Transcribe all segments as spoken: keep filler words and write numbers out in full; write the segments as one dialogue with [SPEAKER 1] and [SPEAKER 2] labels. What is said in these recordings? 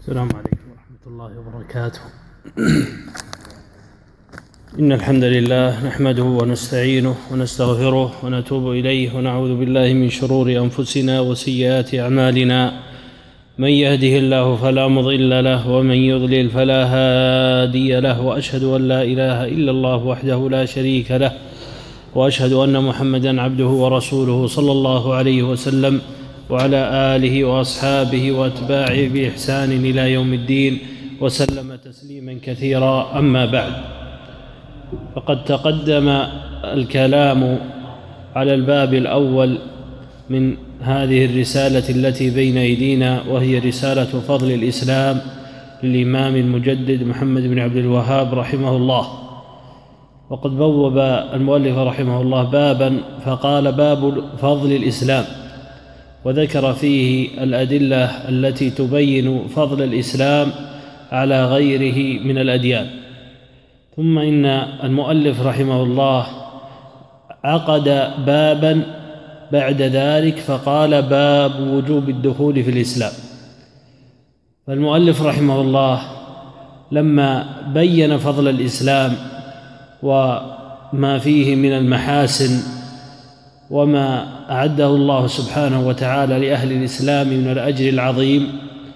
[SPEAKER 1] السلام عليكم ورحمة الله وبركاته. إن الحمد لله نحمده ونستعينه ونستغفره ونتوب إليه ونعوذ بالله من شرور أنفسنا وسيئات أعمالنا. من يهده الله فلا مضل له ومن يضلل فلا هادي له، وأشهد أن لا إله إلا الله وحده لا شريك له، وأشهد أن محمدًا عبده ورسوله صلى الله عليه وسلم وعلى آله وأصحابه وأتباعه بإحسان إلى يوم الدين وسلم تسليمًا كثيرا. أما بعد، فقد تقدم الكلام على الباب الأول من هذه الرسالة التي بين أيدينا، وهي رسالة فضل الإسلام للإمام المجدد محمد بن عبد الوهاب رحمه الله. وقد بوب المؤلف رحمه الله بابًا فقال: باب فضل الإسلام، وذكر فيه الأدلة التي تبين فضل الإسلام على غيره من الأديان. ثم إن المؤلف رحمه الله عقد بابًا بعد ذلك فقال: باب وجوب الدخول في الإسلام. فالمؤلف رحمه الله لما بين فضل الإسلام وما فيه من المحاسن وما أعده الله سبحانه وتعالى لأهل الإسلام من الأجر العظيم،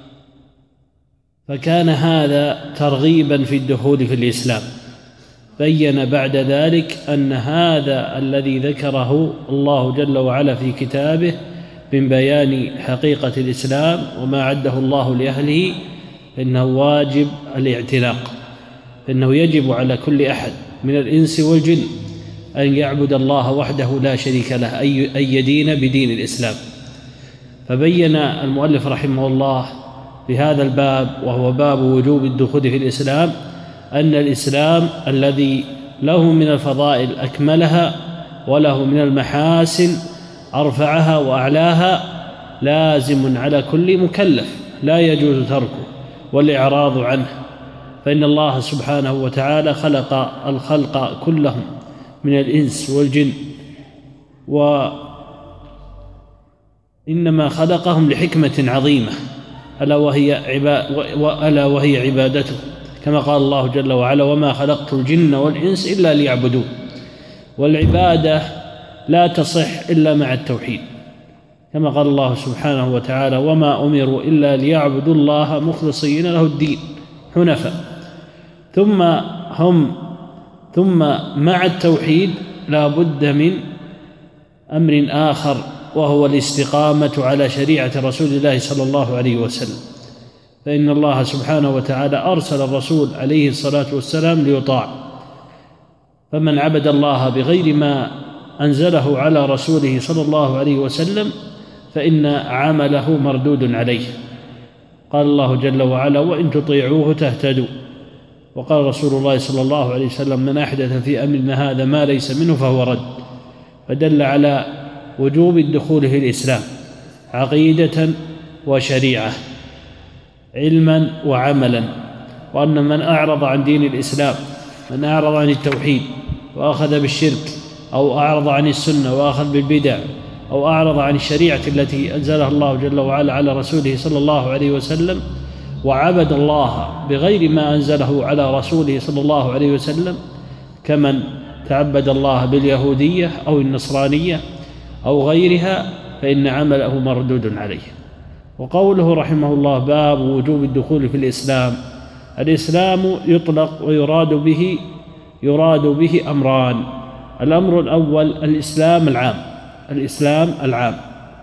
[SPEAKER 1] فكان هذا ترغيبًا في الدخول في الإسلام. بين بعد ذلك أن هذا الذي ذكره الله جل وعلا في كتابه من بيان حقيقة الإسلام وما أعده الله لأهله، إنه واجب الاعتناق، إنه يجب على كل أحد من الإنس والجن أن يعبد الله وحده لا شريك له، أي يدين بدين الإسلام. فبين المؤلف رحمه الله في هذا الباب، وهو باب وجوب الدخول في الإسلام، أن الإسلام الذي له من الفضائل أكملها وله من المحاسن أرفعها وأعلاها لازم على كل مكلف، لا يجوز تركه والإعراض عنه، فإن الله سبحانه وتعالى خلق الخلق كلهم من الإنس والجن، وإنما خلقهم لحكمة عظيمة، ألا وهي ألا وهي عبادته، كما قال الله جل وعلا: وما خلقت الجن والإنس إلا ليعبدون. والعبادة لا تصح إلا مع التوحيد، كما قال الله سبحانه وتعالى: وما أمروا إلا ليعبدوا الله مخلصين له الدين حنفاء. ثم هم ثم مع التوحيد لا بد من أمر آخر، وهو الاستقامة على شريعة رسول الله صلى الله عليه وسلم، فإن الله سبحانه وتعالى أرسل الرسول عليه الصلاة والسلام ليطاع، فمن عبد الله بغير ما أنزله على رسوله صلى الله عليه وسلم فإن عمله مردود عليه. قال الله جل وعلا: وإن تطيعوه تهتدوا. وقال رسول الله صلى الله عليه وسلم: من أحدث في أمرنا هذا ما ليس منه فهو رد. فدل على وجوب الدخول في الإسلام عقيدة وشريعة، علما وعملا، وأن من أعرض عن دين الإسلام، من أعرض عن التوحيد وأخذ بالشرك، أو أعرض عن السنة وأخذ بالبدع، أو أعرض عن الشريعة التي أنزلها الله جل وعلا على رسوله صلى الله عليه وسلم، وعبد الله بغير ما أنزله على رسوله صلى الله عليه وسلم، كمن تعبد الله باليهودية أو النصرانية أو غيرها، فإن عمله مردود عليه. وقوله رحمه الله: باب وجوب الدخول في الإسلام. الإسلام يطلق ويراد به يراد به أمران: الأمر الأول الإسلام العام، الإسلام العام،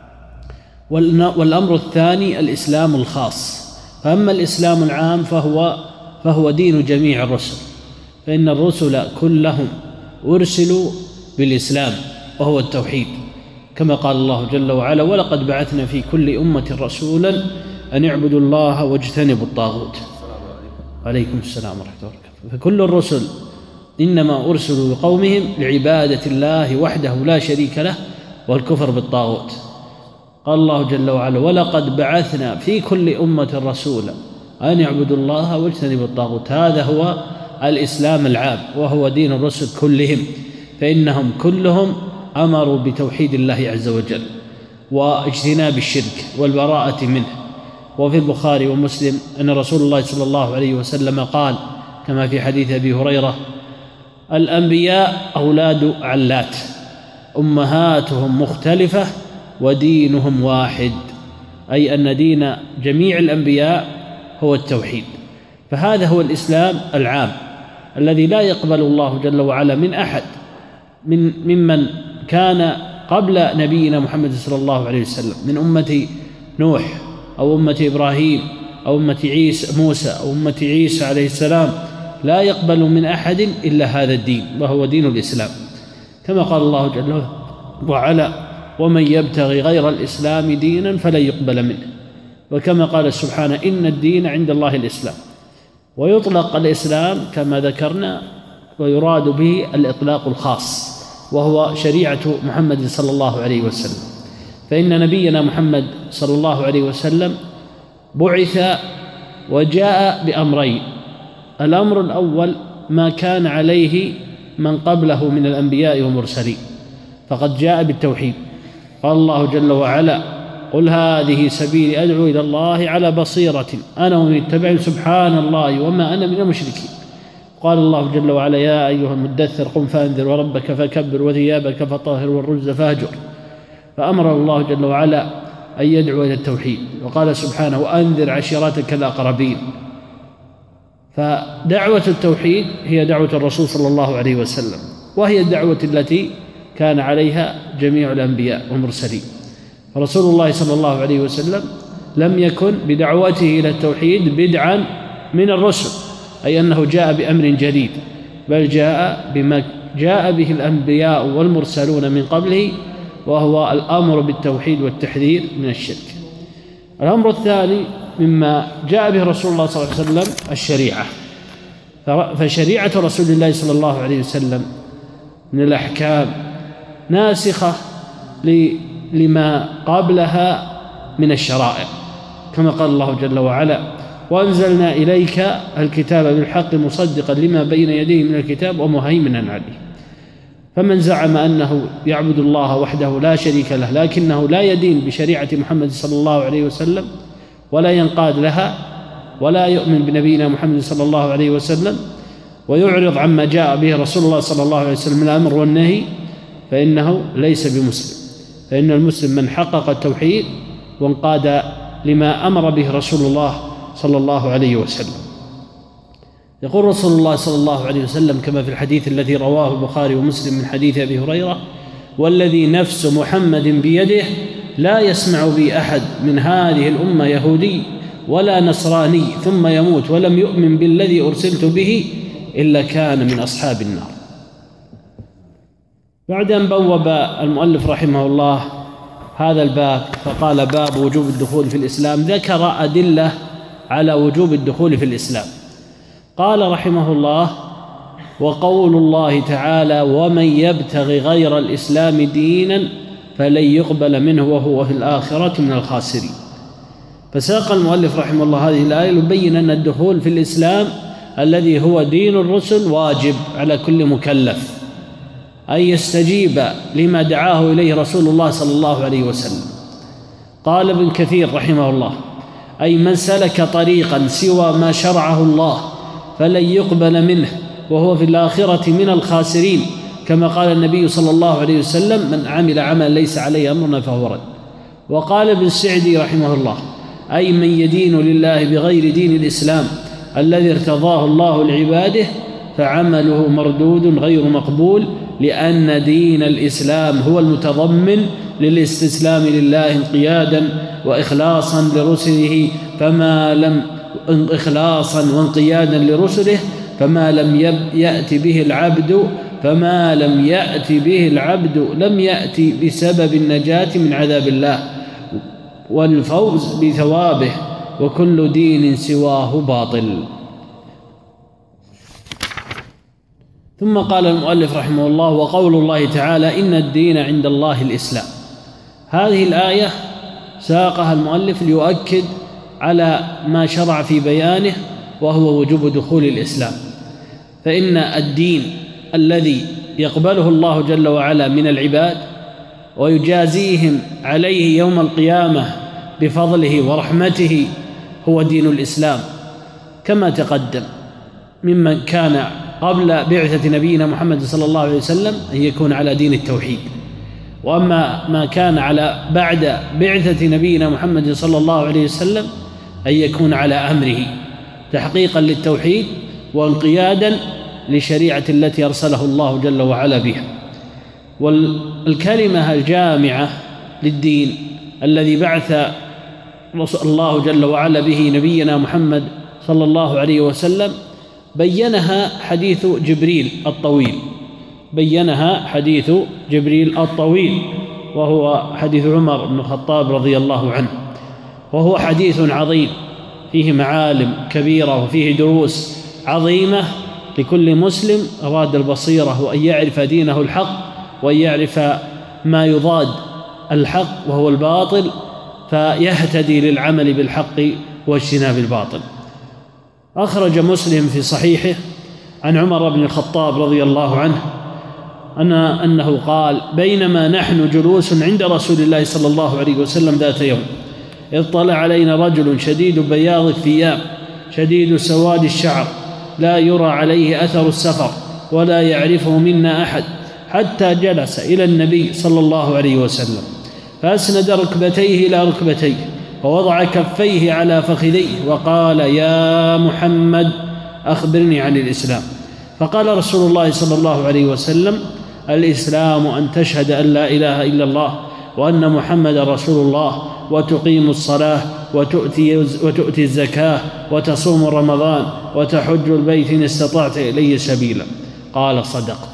[SPEAKER 1] والأمر الثاني الإسلام الخاص. فأما الإسلام العام فهو فهو دين جميع الرسل، فإن الرسل كلهم أرسلوا بالإسلام وهو التوحيد، كما قال الله جل وعلا: ولقد بعثنا في كل أمة رسولا أن اعبدوا الله واجتنبوا الطاغوت. عليكم السلام ورحمة الله وبركاته. فكل الرسل إنما أرسلوا لقومهم لعبادة الله وحده لا شريك له والكفر بالطاغوت. قال الله جل وعلا: ولقد بعثنا في كل أمة رسولا أن اعبدوا الله واجتنبوا الطاغوت. هذا هو الإسلام العام، وهو دين الرسل كلهم، فإنهم كلهم أمروا بتوحيد الله عز وجل واجتناب الشرك والبراءة منه، وفي البخاري ومسلم أن رسول الله صلى الله عليه وسلم قال كما في حديث أبي هريرة: الأنبياء أولاد علات أمهاتهم مختلفة ودينهم واحد، أي أن دين جميع الأنبياء هو التوحيد. فهذا هو الإسلام العام الذي لا يقبل الله جل وعلا من أحد من ممن كان قبل نبينا محمد صلى الله عليه وسلم من أمة نوح أو أمة إبراهيم أو أمة عيسى موسى أو أمة عيسى عليه السلام، لا يقبل من أحد إلا هذا الدين وهو دين الإسلام، كما قال الله جل وعلا: ومن يبتغي غير الإسلام دينا فلن يقبل منه. وكما قال سبحانه: إن الدين عند الله الإسلام. ويطلق الإسلام كما ذكرنا ويراد به الإطلاق الخاص وهو شريعة محمد صلى الله عليه وسلم، فإن نبينا محمد صلى الله عليه وسلم بعث وجاء بأمرين: الأمر الأول ما كان عليه من قبله من الأنبياء والمرسلين، فقد جاء بالتوحيد. قال الله جل وعلا: قل هذه سبيلي أدعو إلى الله على بصيرة أنا ومن اتبعني سبحان الله وما أنا من المشركين. قال الله جل وعلا: يا أيها المدثر قم فأنذر وربك فكبر وثيابك فطهر والرجز فاهجر. فأمر الله جل وعلا أن يدعو إلى التوحيد، وقال سبحانه: وأنذر عشيرتك الأقربين. فدعوة التوحيد هي دعوة الرسول صلى الله عليه وسلم، وهي الدعوة التي كان عليها جميع الأنبياء والمرسلين. فرسول الله صلى الله عليه وسلم لم يكن بدعوته إلى التوحيد بدعا من الرسل، أي أنه جاء بأمر جديد، بل جاء بما جاء به الأنبياء والمرسلون من قبله، وهو الأمر بالتوحيد والتحذير من الشرك. الأمر الثاني مما جاء به رسول الله صلى الله عليه وسلم الشريعة. فشريعة رسول الله صلى الله عليه وسلم من الأحكام ناسخة لما قبلها من الشرائع، كما قال الله جل وعلا: وأنزلنا إليك الكتاب بالحق مصدقا لما بين يديه من الكتاب ومهيمنا عليه. فمن زعم أنه يعبد الله وحده لا شريك له لكنه لا يدين بشريعة محمد صلى الله عليه وسلم ولا ينقاد لها ولا يؤمن بنبينا محمد صلى الله عليه وسلم ويعرض عما جاء به رسول الله صلى الله عليه وسلم من الأمر والنهي، فإنه ليس بمسلم. فإن المسلم من حقق التوحيد وانقاد لما أمر به رسول الله صلى الله عليه وسلم. يقول رسول الله صلى الله عليه وسلم كما في الحديث الذي رواه البخاري ومسلم من حديث أبي هريرة: والذي نفس محمد بيده لا يسمع بي أحد من هذه الأمة يهودي ولا نصراني ثم يموت ولم يؤمن بالذي أرسلت به إلا كان من أصحاب النار. بعد أن بوب المؤلف رحمه الله هذا الباب فقال: باب وجوب الدخول في الإسلام، ذكر أدلة على وجوب الدخول في الإسلام. قال رحمه الله: وقول الله تعالى: ومن يبتغي غير الإسلام دينا فلن يقبل منه وهو في الآخرة من الخاسرين. فساق المؤلف رحمه الله هذه الآية ليبين أن الدخول في الإسلام الذي هو دين الرسل واجب على كل مكلف أن يستجيب لما دعاه إليه رسول الله صلى الله عليه وسلم. قال ابن كثير رحمه الله: أي من سلك طريقا سوى ما شرعه الله فلن يقبل منه وهو في الآخرة من الخاسرين، كما قال النبي صلى الله عليه وسلم: من عمل عملا ليس عليه أمرنا فهو رد. وقال ابن السعدي رحمه الله: أي من يدين لله بغير دين الإسلام الذي ارتضاه الله لعباده فعمله مردود غير مقبول، لأن دين الإسلام هو المتضمن للاستسلام لله انقيادا وإخلاصا لرسله، فما لم إخلاصا وانقيادا لرسله فما لم يأتي به العبد فما لم يأتي به العبد لم يأتي بسبب النجاة من عذاب الله والفوز بثوابه، وكل دين سواه باطل. ثم قال المؤلف رحمه الله: وقول الله تعالى: إن الدين عند الله الإسلام. هذه الآية ساقها المؤلف ليؤكد على ما شرع في بيانه وهو وجوب دخول الإسلام. فإن الدين الذي يقبله الله جل وعلا من العباد ويجازيهم عليه يوم القيامة بفضله ورحمته هو دين الإسلام كما تقدم، ممن كان قبل بعثة نبينا محمد صلى الله عليه وسلم أن يكون على دين التوحيد، وأما ما كان على بعد بعثة نبينا محمد صلى الله عليه وسلم أن يكون على أمره تحقيقا للتوحيد وانقيادا لشريعة التي أرسله الله جل وعلا بها. والكلمة الجامعة للدين الذي بعث الله جل وعلا به نبينا محمد صلى الله عليه وسلم بينها حديث جبريل الطويل بينها حديث جبريل الطويل وهو حديث عمر بن الخطاب رضي الله عنه، وهو حديث عظيم فيه معالم كبيرة وفيه دروس عظيمة لكل مسلم أراد البصيرة وأن يعرف دينه الحق وأن يعرف ما يضاد الحق وهو الباطل فيهتدي للعمل بالحق واجتناب الباطل. أخرج مسلم في صحيحه عن عمر بن الخطاب رضي الله عنه أن أنه قال: بينما نحن جلوس عند رسول الله صلى الله عليه وسلم ذات يوم اطلع علينا رجل شديد بياض الثياب شديد سواد الشعر لا يرى عليه أثر السفر ولا يعرفه منا أحد، حتى جلس إلى النبي صلى الله عليه وسلم فأسند ركبتيه إلى ركبتيه ووضع كفيه على فخذيه وقال: يا محمد أخبرني عن الإسلام. فقال رسول الله صلى الله عليه وسلم: الإسلام أن تشهد أن لا إله إلا الله وأن محمد رسول الله وتقيم الصلاة وتؤتي, وتؤتي الزكاة وتصوم رمضان وتحج البيت إن استطعت إليه سبيلا. قال: صدقت.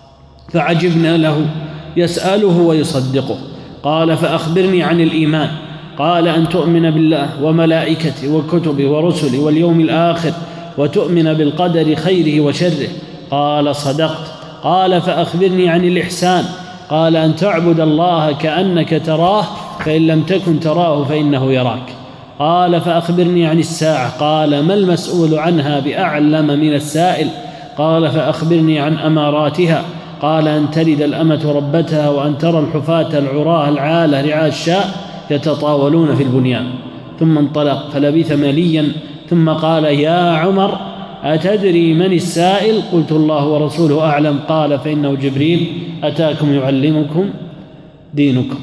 [SPEAKER 1] فعجبنا له يسأله ويصدقه. قال: فأخبرني عن الإيمان. قال: أن تؤمن بالله وملائكته وكتبه ورسله واليوم الآخر وتؤمن بالقدر خيره وشره. قال: صدقت. قال: فأخبرني عن الإحسان. قال: أن تعبد الله كأنك تراه فإن لم تكن تراه فإنه يراك. قال: فأخبرني عن الساعة. قال: ما المسؤول عنها بأعلم من السائل. قال: فأخبرني عن أماراتها. قال: أن تلد الأمة ربتها وأن ترى الحفاة العراة العالة رعاء الشاء يتطاولون في البنيان. ثم انطلق فلبث مليا ثم قال: يا عمر أتدري من السائل؟ قلت: الله ورسوله أعلم. قال: فإنه جبريل أتاكم يعلمكم دينكم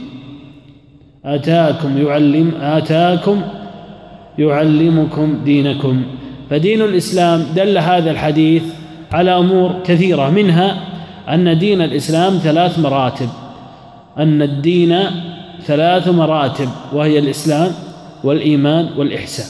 [SPEAKER 1] أتاكم يعلم آتاكم يعلمكم دينكم. فدين الإسلام دل هذا الحديث على أمور كثيرة، منها أن دين الإسلام ثلاث مراتب أن الدين ثلاث مراتب وهي الإسلام والإيمان والإحسان.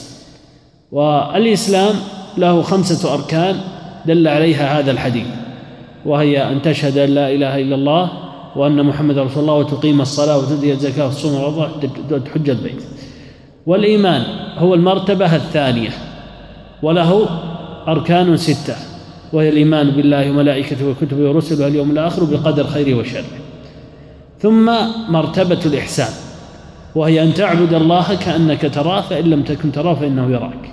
[SPEAKER 1] والإسلام له خمسة أركان دل عليها هذا الحديث، وهي أن تشهد أن لا إله إلا الله وأن محمد رسول الله وتقيم الصلاة وتؤتي الزكاة وتصوم رمضان وتحج البيت. والإيمان هو المرتبة الثانية وله أركان ستة، وهي الإيمان بالله وملائكته وكتبه ورسله واليوم الآخر بقدر خيره وشره. ثم مرتبة الإحسان وهي أن تعبد الله كأنك تراه فإن لم تكن تراه فإنه يراك.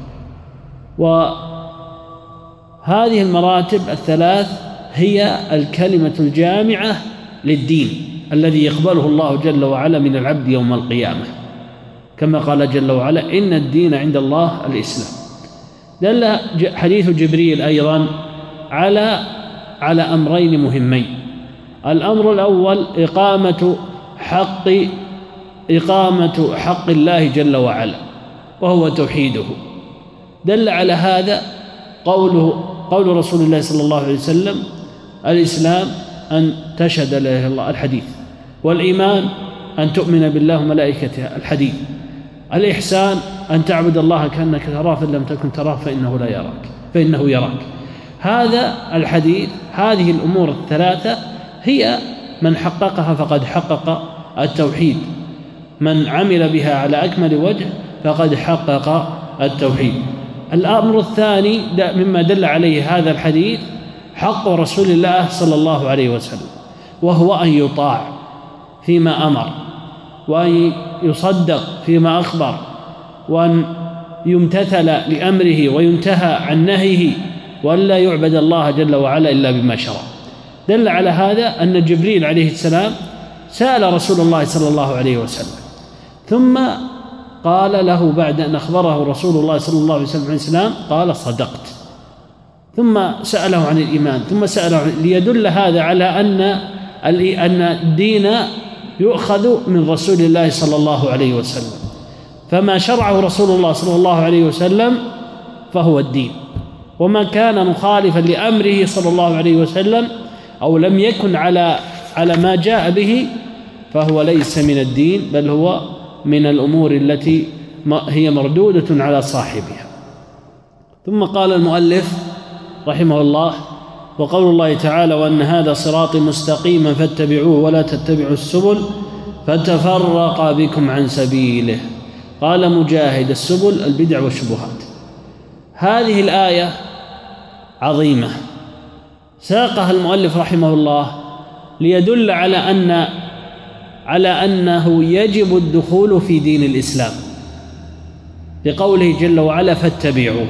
[SPEAKER 1] وهذه المراتب الثلاث هي الكلمة الجامعة للدين الذي يقبله الله جل وعلا من العبد يوم القيامة، كما قال جل وعلا: إن الدين عند الله الإسلام. دل حديث جبريل أيضا على على أمرين مهمين. الأمر الأول إقامة حق إقامة حق الله جل وعلا وهو توحيده. دل على هذا قوله قول رسول الله صلى الله عليه وسلم: الإسلام أن تشهد لا إله إلا الله الحديث، والإيمان أن تؤمن بالله وملائكته الحديث، الإحسان أن تعبد الله كأنك تراه فإن لم تكن تراه فإنه لا يراك فإنه يراك. هذا الحديث هذه الأمور الثلاثة هي من حققها فقد حقق التوحيد، من عمل بها على أكمل وجه فقد حقق التوحيد. الأمر الثاني مما دل عليه هذا الحديث حق رسول الله صلى الله عليه وسلم، وهو أن يطاع فيما أمر وأن يصدق فيما أخبر وأن يمتثل لأمره وينتهى عن نهيه وأن لا يعبد الله جل وعلا إلا بما شرع. دل على هذا أن جبريل عليه السلام سأل رسول الله صلى الله عليه وسلم ثم قال له بعد أن أخبره رسول الله صلى الله عليه وسلم عن الإسلام قال صدقت، ثم سأله عن الإيمان، ثم سأله عن ليدل هذا على أن أن الدين يؤخذ من رسول الله صلى الله عليه وسلم، فما شرعه رسول الله صلى الله عليه وسلم فهو الدين، وما كان مخالفا لأمره صلى الله عليه وسلم أو لم يكن على على ما جاء به فهو ليس من الدين، بل هو من الأمور التي هي مردودة على صاحبها. ثم قال المؤلف رحمه الله: وقول الله تعالى: وأن هذا صراطي مستقيما فاتبعوه ولا تتبعوا السبل فتفرق بكم عن سبيله. قال مجاهد: السبل البدع والشبهات. هذه الآية عظيمة ساقها المؤلف رحمه الله ليدل على أن على أنه يجب الدخول في دين الإسلام بقوله جل وعلا: فاتبعوه.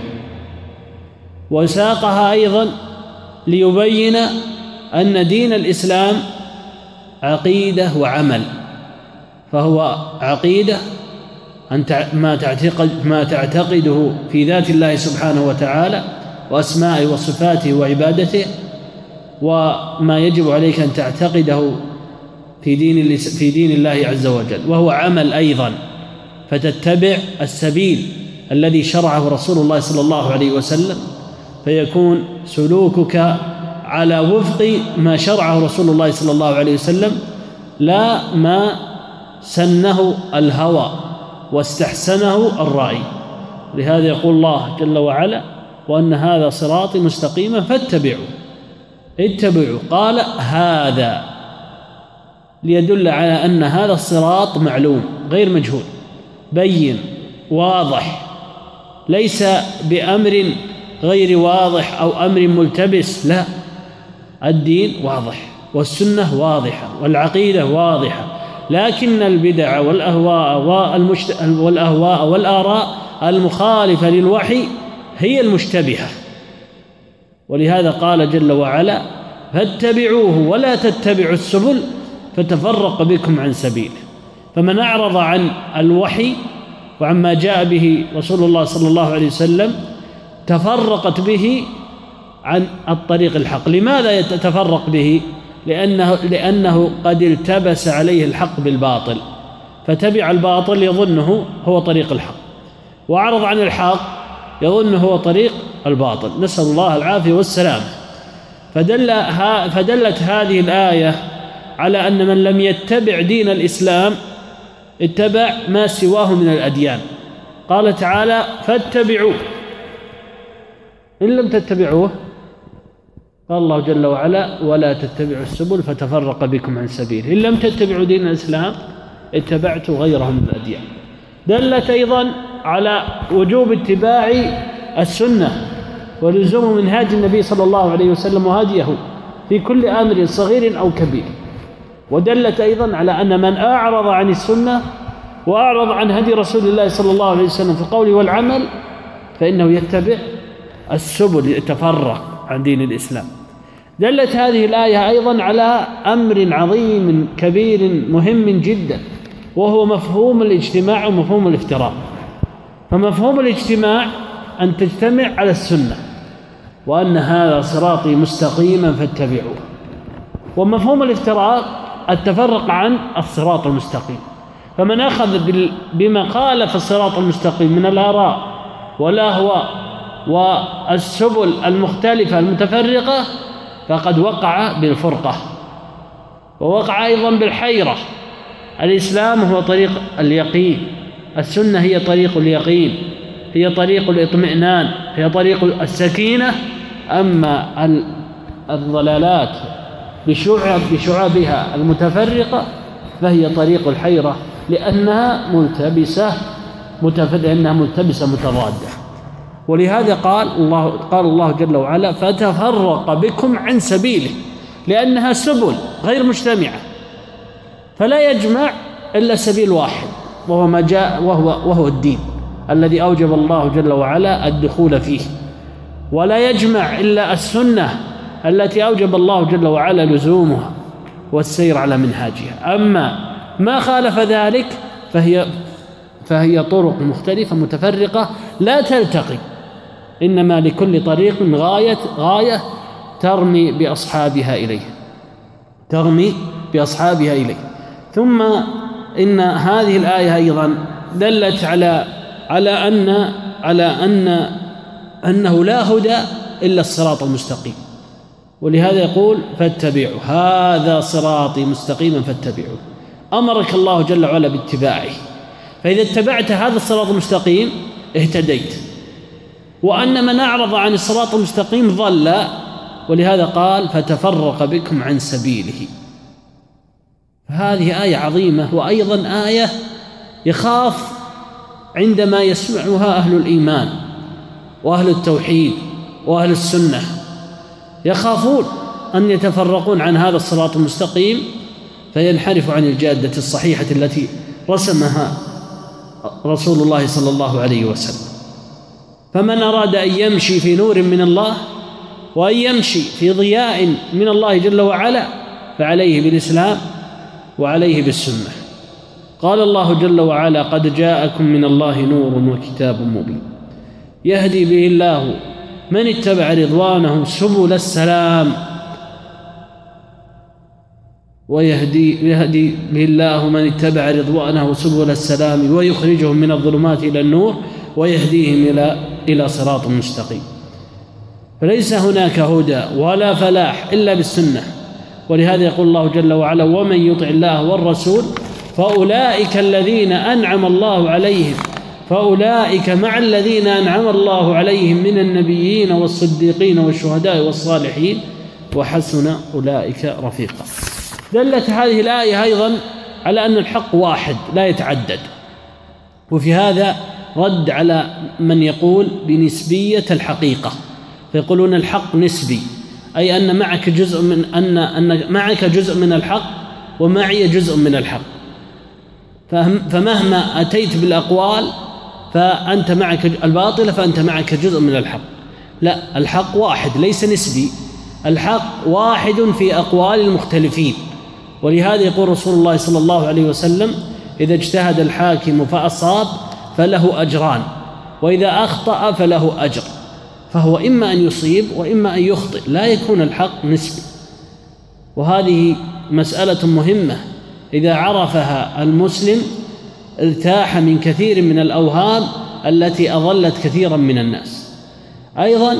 [SPEAKER 1] وساقها أيضا ليبين أن دين الإسلام عقيدة وعمل، فهو عقيدة أن ما تعتقد ما تعتقده في ذات الله سبحانه وتعالى وأسمائه وصفاته وعبادته، وما يجب عليك أن تعتقده في دين في دين الله عز وجل، وهو عمل أيضا، فتتبع السبيل الذي شرعه رسول الله صلى الله عليه وسلم، فيكون سلوكك على وفق ما شرعه رسول الله صلى الله عليه وسلم، لا ما سنه الهوى واستحسنه الرأي. لهذا يقول الله جل وعلا: وأن هذا صراطي مستقيما فاتبعوا اتبعوا. قال هذا ليدل على أن هذا الصراط معلوم غير مجهول، بين واضح، ليس بأمر غير واضح أو أمر ملتبس، لا، الدين واضح والسنة واضحة والعقيدة واضحة، لكن البدع والأهواء والمشت... والأهواء والآراء المخالفة للوحي هي المشتبهة. ولهذا قال جل وعلا: فاتبعوه ولا تتبعوا السبل فتفرق بكم عن سبيله. فمن أعرض عن الوحي وعما جاء به رسول الله صلى الله عليه وسلم تفرقت به عن الطريق الحق. لماذا يتفرق به؟ لأنه, لأنه قد التبس عليه الحق بالباطل، فتبع الباطل يظنه هو طريق الحق، وأعرض عن الحق يظنه هو طريق الباطل، نسأل الله العافية والسلام. فدل فدلت هذه الآية على أن من لم يتبع دين الإسلام اتبع ما سواه من الأديان. قال تعالى: فاتبعوه. إن لم تتبعوه قال الله جل وعلا: ولا تتبعوا السبل فتفرق بكم عن سبيله. إن لم تتبعوا دين الإسلام اتبعتوا غيره من الأديان. دلت أيضا على وجوب اتباع السنة ولزوم منهاج النبي صلى الله عليه وسلم وهديه في كل أمر صغير أو كبير. ودلت أيضا على أن من أعرض عن السنة وأعرض عن هدي رسول الله صلى الله عليه وسلم في القول والعمل فإنه يتبع السبل يتفرق عن دين الإسلام. دلت هذه الآية أيضا على أمر عظيم كبير مهم جدا، وهو مفهوم الاجتماع ومفهوم الافتراق. فمفهوم الاجتماع أن تجتمع على السنة، وأن هذا صراطي مستقيما فاتبعوه. ومفهوم الافتراق التفرق عن الصراط المستقيم. فمن أخذ بما خالف الصراط المستقيم من الآراء والأهواء والسبل المختلفة المتفرقة فقد وقع بالفرقة، ووقع أيضا بالحيرة. الإسلام هو طريق اليقين، السنة هي طريق اليقين، هي طريق الاطمئنان، هي طريق السكينة. أما الضلالات بشعب بشعابها المتفرقة فهي طريق الحيرة، لأنها ملتبسة لأنها ملتبسة متضادة. ولهذا قال الله قال الله جل وعلا: فتفرق بكم عن سبيله، لأنها سبل غير مجتمعة، فلا يجمع إلا سبيل واحد، وهو ما جاء وهو وهو الدين الذي أوجب الله جل وعلا الدخول فيه، ولا يجمع إلا السنة التي أوجب الله جل وعلا لزومها والسير على منهاجها. أما ما خالف ذلك فهي فهي طرق مختلفة متفرقة لا تلتقي، إنما لكل طريق غاية غاية ترمي بأصحابها إليه ترمي بأصحابها إليه. ثم إن هذه الآية أيضا دلت على على أن على أن أنه لا هدى إلا الصراط المستقيم، ولهذا يقول فاتبعوا هذا صراطي مستقيما فاتبعوه، أمرك الله جل وعلا باتباعه، فإذا اتبعت هذا الصراط المستقيم اهتديت، وأن من أعرض عن الصراط المستقيم ضل، ولهذا قال فتفرق بكم عن سبيله. هذه آية عظيمة، وأيضا آية يخاف عندما يسمعها أهل الإيمان وأهل التوحيد وأهل السنة، يخافون أن يتفرقون عن هذا الصراط المستقيم فينحرف عن الجادة الصحيحة التي رسمها رسول الله صلى الله عليه وسلم. فمن أراد أن يمشي في نور من الله وأن يمشي في ضياء من الله جل وعلا فعليه بالإسلام وعليه بالسنة. قال الله جل وعلا قد جاءكم من الله نور وكتاب مبين يهدي به الله من اتبع رضوانه سبل السلام ويهدي يهدي به الله من اتبع رضوانه سبل السلام ويخرجهم من الظلمات إلى النور ويهديهم إلى إلى صراط مستقيم. فليس هناك هدى ولا فلاح إلا بالسنة، ولهذا يقول الله جل وعلا ومن يطع الله والرسول فأولئك الذين أنعم الله عليهم فأولئك مع الذين أنعم الله عليهم من النبيين والصديقين والشهداء والصالحين وحسن أولئك رفيقا. دلت هذه الآية أيضا على أن الحق واحد لا يتعدد، وفي هذا رد على من يقول بنسبية الحقيقة، فيقولون الحق نسبي، أي أن معك جزء من أن أن معك جزء من الحق ومعي جزء من الحق، فمهما أتيت بالأقوال فأنت معك الباطل فأنت معك جزء من الحق. لا، الحق واحد ليس نسبي، الحق واحد في أقوال المختلفين. ولهذا يقول رسول الله صلى الله عليه وسلم إذا اجتهد الحاكم فأصاب فله أجران وإذا أخطأ فله أجر، فهو إما أن يصيب وإما أن يخطئ، لا يكون الحق نسبي. وهذه مسألة مهمة إذا عرفها المسلم ارتاح من كثير من الأوهام التي أضلت كثيرا من الناس. أيضا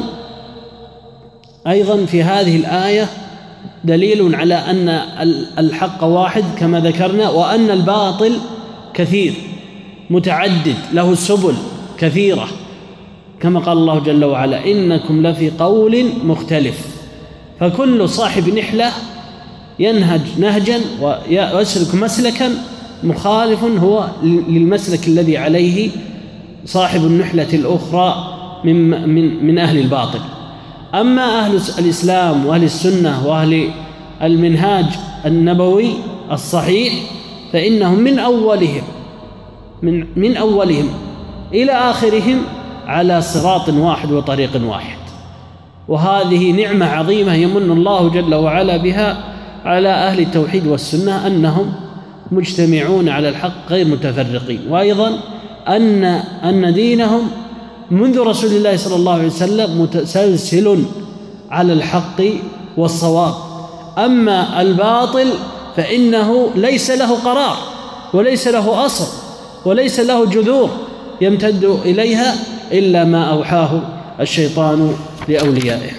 [SPEAKER 1] أيضا في هذه الآية دليل على أن الحق واحد كما ذكرنا، وأن الباطل كثير متعدد له سبل كثيرة، كما قال الله جل وعلا إنكم لفي قول مختلف. فكل صاحب نحلة ينهج نهجا ويسلك مسلكا مخالف هو للمسلك الذي عليه صاحب النحلة الأخرى من, من, من أهل الباطل. أما أهل الإسلام وأهل السنة وأهل المنهاج النبوي الصحيح فإنهم من أولهم من, من أولهم إلى آخرهم على صراط واحد وطريق واحد، وهذه نعمة عظيمة يمن الله جل وعلا بها على أهل التوحيد والسنة أنهم مجتمعون على الحق غير متفرقين، وأيضا أن أن دينهم منذ رسول الله صلى الله عليه وسلم متسلسل على الحق والصواب. أما الباطل فإنه ليس له قرار وليس له أصل وليس له جذور يمتد إليها إلا ما أوحاه الشيطان لأوليائه.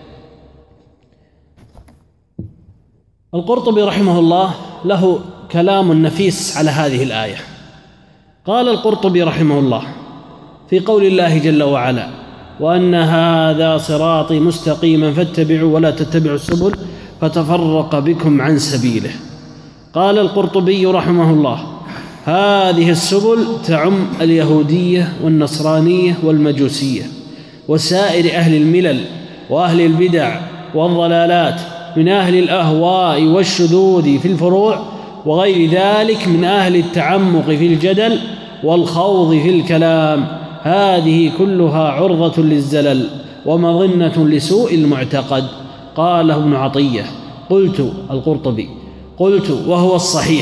[SPEAKER 1] القرطبي رحمه الله له كلام نفيس على هذه الآية. قال القرطبي رحمه الله في قول الله جل وعلا وأن هذا صراطي مستقيما فاتبعوا ولا تتبعوا السبل فتفرق بكم عن سبيله. قال القرطبي رحمه الله هذه السبل تعم اليهودية والنصرانية والمجوسية وسائر أهل الملل وأهل البدع والضلالات من أهل الأهواء والشذوذ في الفروع وغير ذلك من أهل التعمق في الجدل والخوض في الكلام، هذه كلها عرضة للزلل ومظنة لسوء المعتقد. قاله ابن عطية قلت القرطبي قلت وهو الصحيح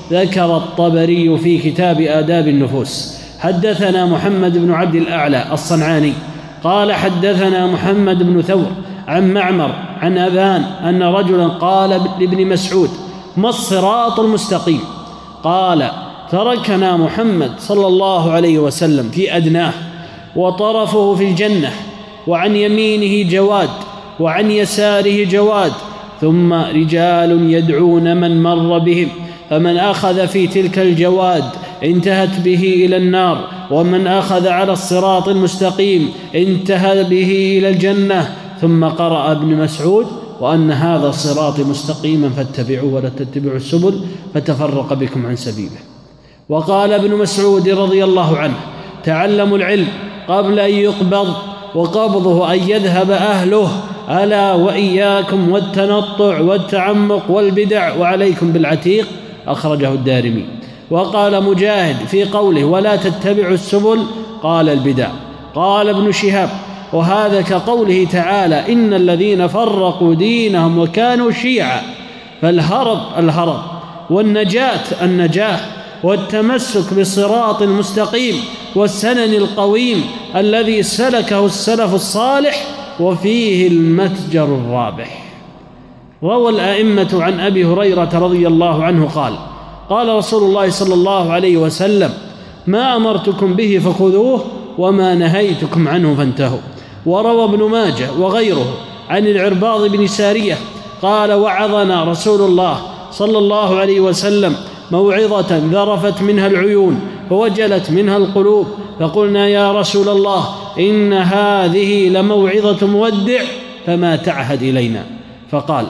[SPEAKER 1] ذكر الطبري في كتاب آداب النفوس. حدثنا محمد بن عبد الأعلى الصنعاني قال حدثنا محمد بن ثور عن معمر عن أبان أن رجلا قال لابن مسعود: ما الصراط المستقيم؟ قال: تركنا محمد صلى الله عليه وسلم في أدناه، وطرفه في الجنة، وعن يمينه جواد وعن يساره جواد، ثم رجال يدعون من مر بهم، فمن أخذ في تلك الجواد انتهت به إلى النار، ومن أخذ على الصراط المستقيم انتهى به إلى الجنة. ثم قرأ ابن مسعود: وأن هذا صراطي مستقيما فاتبعوه ولا تتبعوا السبل فتفرق بكم عن سبيله. وقال ابن مسعود رضي الله عنه: تعلموا العلم قبل أن يقبض، وقبضه أن يذهب أهله، ألا وإياكم والتنطع والتعمق والبدع، وعليكم بالعتيق. أخرجه الدارمي. وقال مجاهد في قوله: ولا تتبعوا السبل، قال البدع. قال ابن شهاب: وهذا كقوله تعالى: إن الذين فرقوا دينهم وكانوا شيعا. فالهرب الهرب، والنجاة النجاة، والتمسك بالصراط المستقيم والسنن القويم الذي سلكه السلف الصالح، وفيه المتجر الرابح. روى الأئمة عن أبي هريرة رضي الله عنه قال: قال رسول الله صلى الله عليه وسلم: ما أمرتكم به فخذوه، وما نهيتكم عنه فانتهوا. وروى ابن ماجه وغيره عن العرباض بن سارية قال: وعظنا رسول الله صلى الله عليه وسلم موعظة ذرفت منها العيون ووجلت منها القلوب، فقلنا: يا رسول الله، إن هذه لموعظة مودع، فما تعهد إلينا؟ فقال: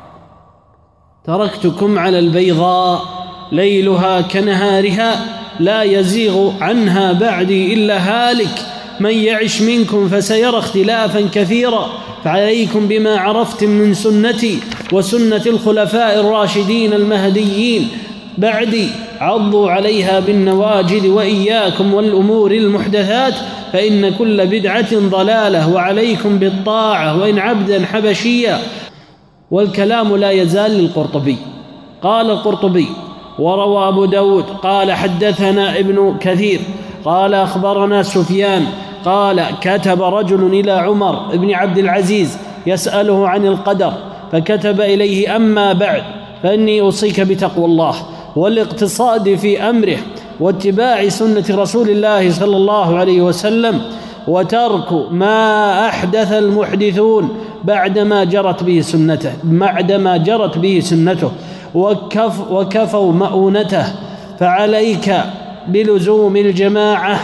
[SPEAKER 1] تركتكم على البيضاء ليلها كنهارها، لا يزيغ عنها بعدي إلا هالك، من يعش منكم فسيرى اختلافا كثيرا، فعليكم بما عرفتم من سنتي وسنة الخلفاء الراشدين المهديين بعدي، عضوا عليها بالنواجذ، وإياكم والأمور المحدثات، فإن كل بدعة ضلالة، وعليكم بالطاعة وإن عبدا حبشيا. والكلام لا يزال للقرطبي. قال القرطبي: وروى أبو داود قال حدثنا ابن كثير قال أخبرنا سفيان قال: كتب رجل إلى عمر بن عبد العزيز يسأله عن القدر، فكتب إليه: أما بعد، فإني أوصيك بتقوى الله والاقتصاد في أمره، واتباع سنة رسول الله صلى الله عليه وسلم، وترك ما أحدث المحدثون بعدما جرت به سنته بعدما جرت به سنته وكف وكفوا مؤونته، فعليك بلزوم الجماعة،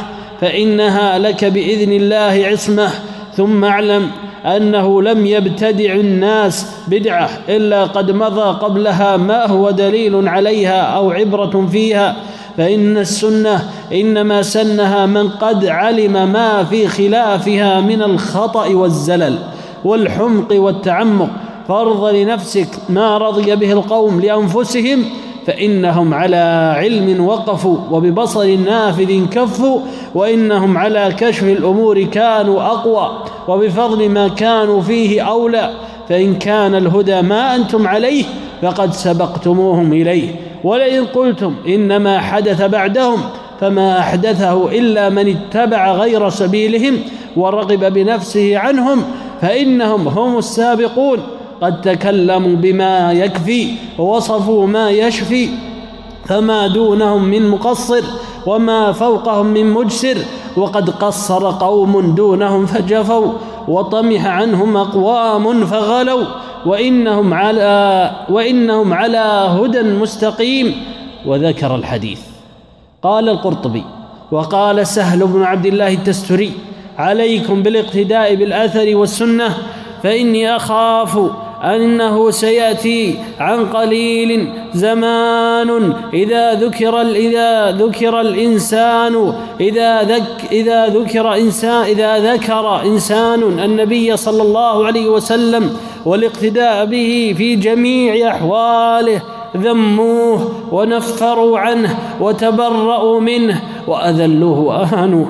[SPEAKER 1] فإنها لك بإذن الله عصمة. ثم اعلم أنه لم يبتدع الناس بدعة إلا قد مضى قبلها ما هو دليل عليها أو عبرة فيها، فإن السنة إنما سنها من قد علم ما في خلافها من الخطأ والزلل والحمق والتعمق، فارض لنفسك ما رضي به القوم لأنفسهم، فإنهم على علم وقفوا وببصر نافذ كفوا، وإنهم على كشف الأمور كانوا أقوى، وبفضل ما كانوا فيه أولى، فإن كان الهدى ما أنتم عليه فقد سبقتموهم إليه، ولئن قلتم إنما حدث بعدهم فما أحدثه إلا من اتبع غير سبيلهم ورغب بنفسه عنهم، فإنهم هم السابقون، قد تكلموا بما يكفي ووصفوا ما يشفي، فما دونهم من مقصر وما فوقهم من مجسر، وقد قصر قوم دونهم فجفوا، وطمح عنهم أقوام فغلوا، وإنهم على, وإنهم على هدى مستقيم. وذكر الحديث. قال القرطبي: وقال سهل بن عبد الله التستري: عليكم بالاقتداء بالأثر والسنة، فإني أخاف أنه سيأتي عن قليل زمان إذا ذكر إذا ذكر الإنسان إذا ذك إذا ذكر إنسان إذا ذكر إنسان النبي صلى الله عليه وسلم والاقتداء به في جميع أحواله ذموه ونفروا عنه وتبرؤوا منه وأذلوه وأهانوه.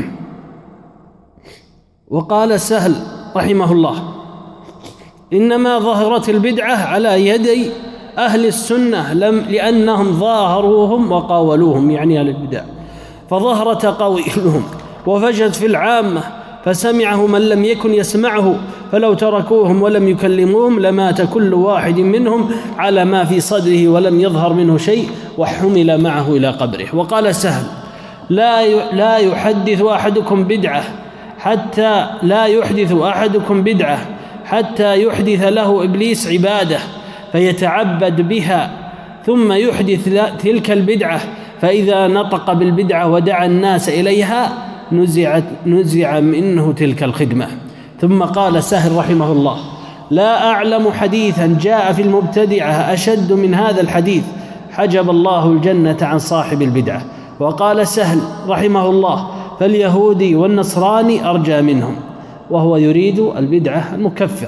[SPEAKER 1] وقال سهل رحمه الله: إنما ظهرت البدعة على يدي أهل السنة لم لأنهم ظاهروهم وقاولوهم، يعني أهل البدع، فظهر تقاويلهم وفشت في العامة، فسمعه من لم يكن يسمعه، فلو تركوهم ولم يكلموهم لمات كل واحد منهم على ما في صدره ولم يظهر منه شيء وحمل معه إلى قبره. وقال سهل: لا لا يحدث أحدكم بدعة حتى لا يحدث أحدكم بدعة حتى يحدث له إبليس عبادة فيتعبد بها، ثم يحدث تلك البدعة، فإذا نطق بالبدعة ودعا الناس إليها نزعت نزع منه تلك الخدمة. ثم قال سهل رحمه الله: لا أعلم حديثا جاء في المبتدعة أشد من هذا الحديث، حجب الله الجنة عن صاحب البدعة. وقال سهل رحمه الله: فاليهودي والنصراني أرجى منهم، وهو يريد البدعة المكفرة،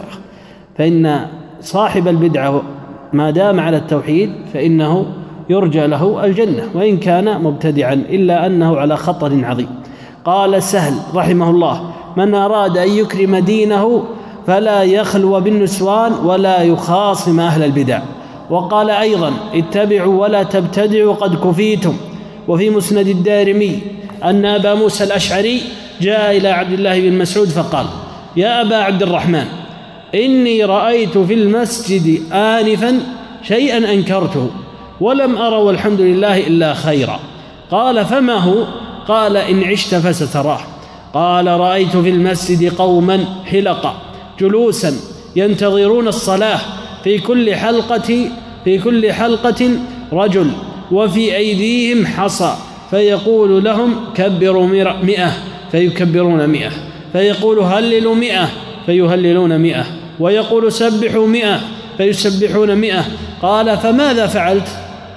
[SPEAKER 1] فإن صاحب البدعة ما دام على التوحيد فإنه يرجى له الجنة وإن كان مبتدعا، إلا أنه على خطر عظيم. قال سهل رحمه الله: من أراد أن يكرم دينه فلا يخلو بالنسوان ولا يخاصم أهل البدع. وقال أيضا: اتبعوا ولا تبتدعوا قد كفيتم. وفي مسند الدارمي أن أبا موسى الأشعري جاء إلى عبد الله بن مسعود فقال: يا أبا عبد الرحمن، إني رأيت في المسجد آنفا شيئا أنكرته ولم أرى والحمد لله إلا خيرا. قال: فما هو؟ قال: إن عشت فستراه. قال: رأيت في المسجد قوما حلقا جلوسا ينتظرون الصلاة، في كل حلقة في كل حلقة رجل، وفي أيديهم حصى، فيقول لهم: كبروا مئة، فيكبرون مئة، فيقول: هللوا مئة، فيهللون مئة، ويقول: سبحوا مئة، فيسبحون مئة. قال: فماذا فعلت؟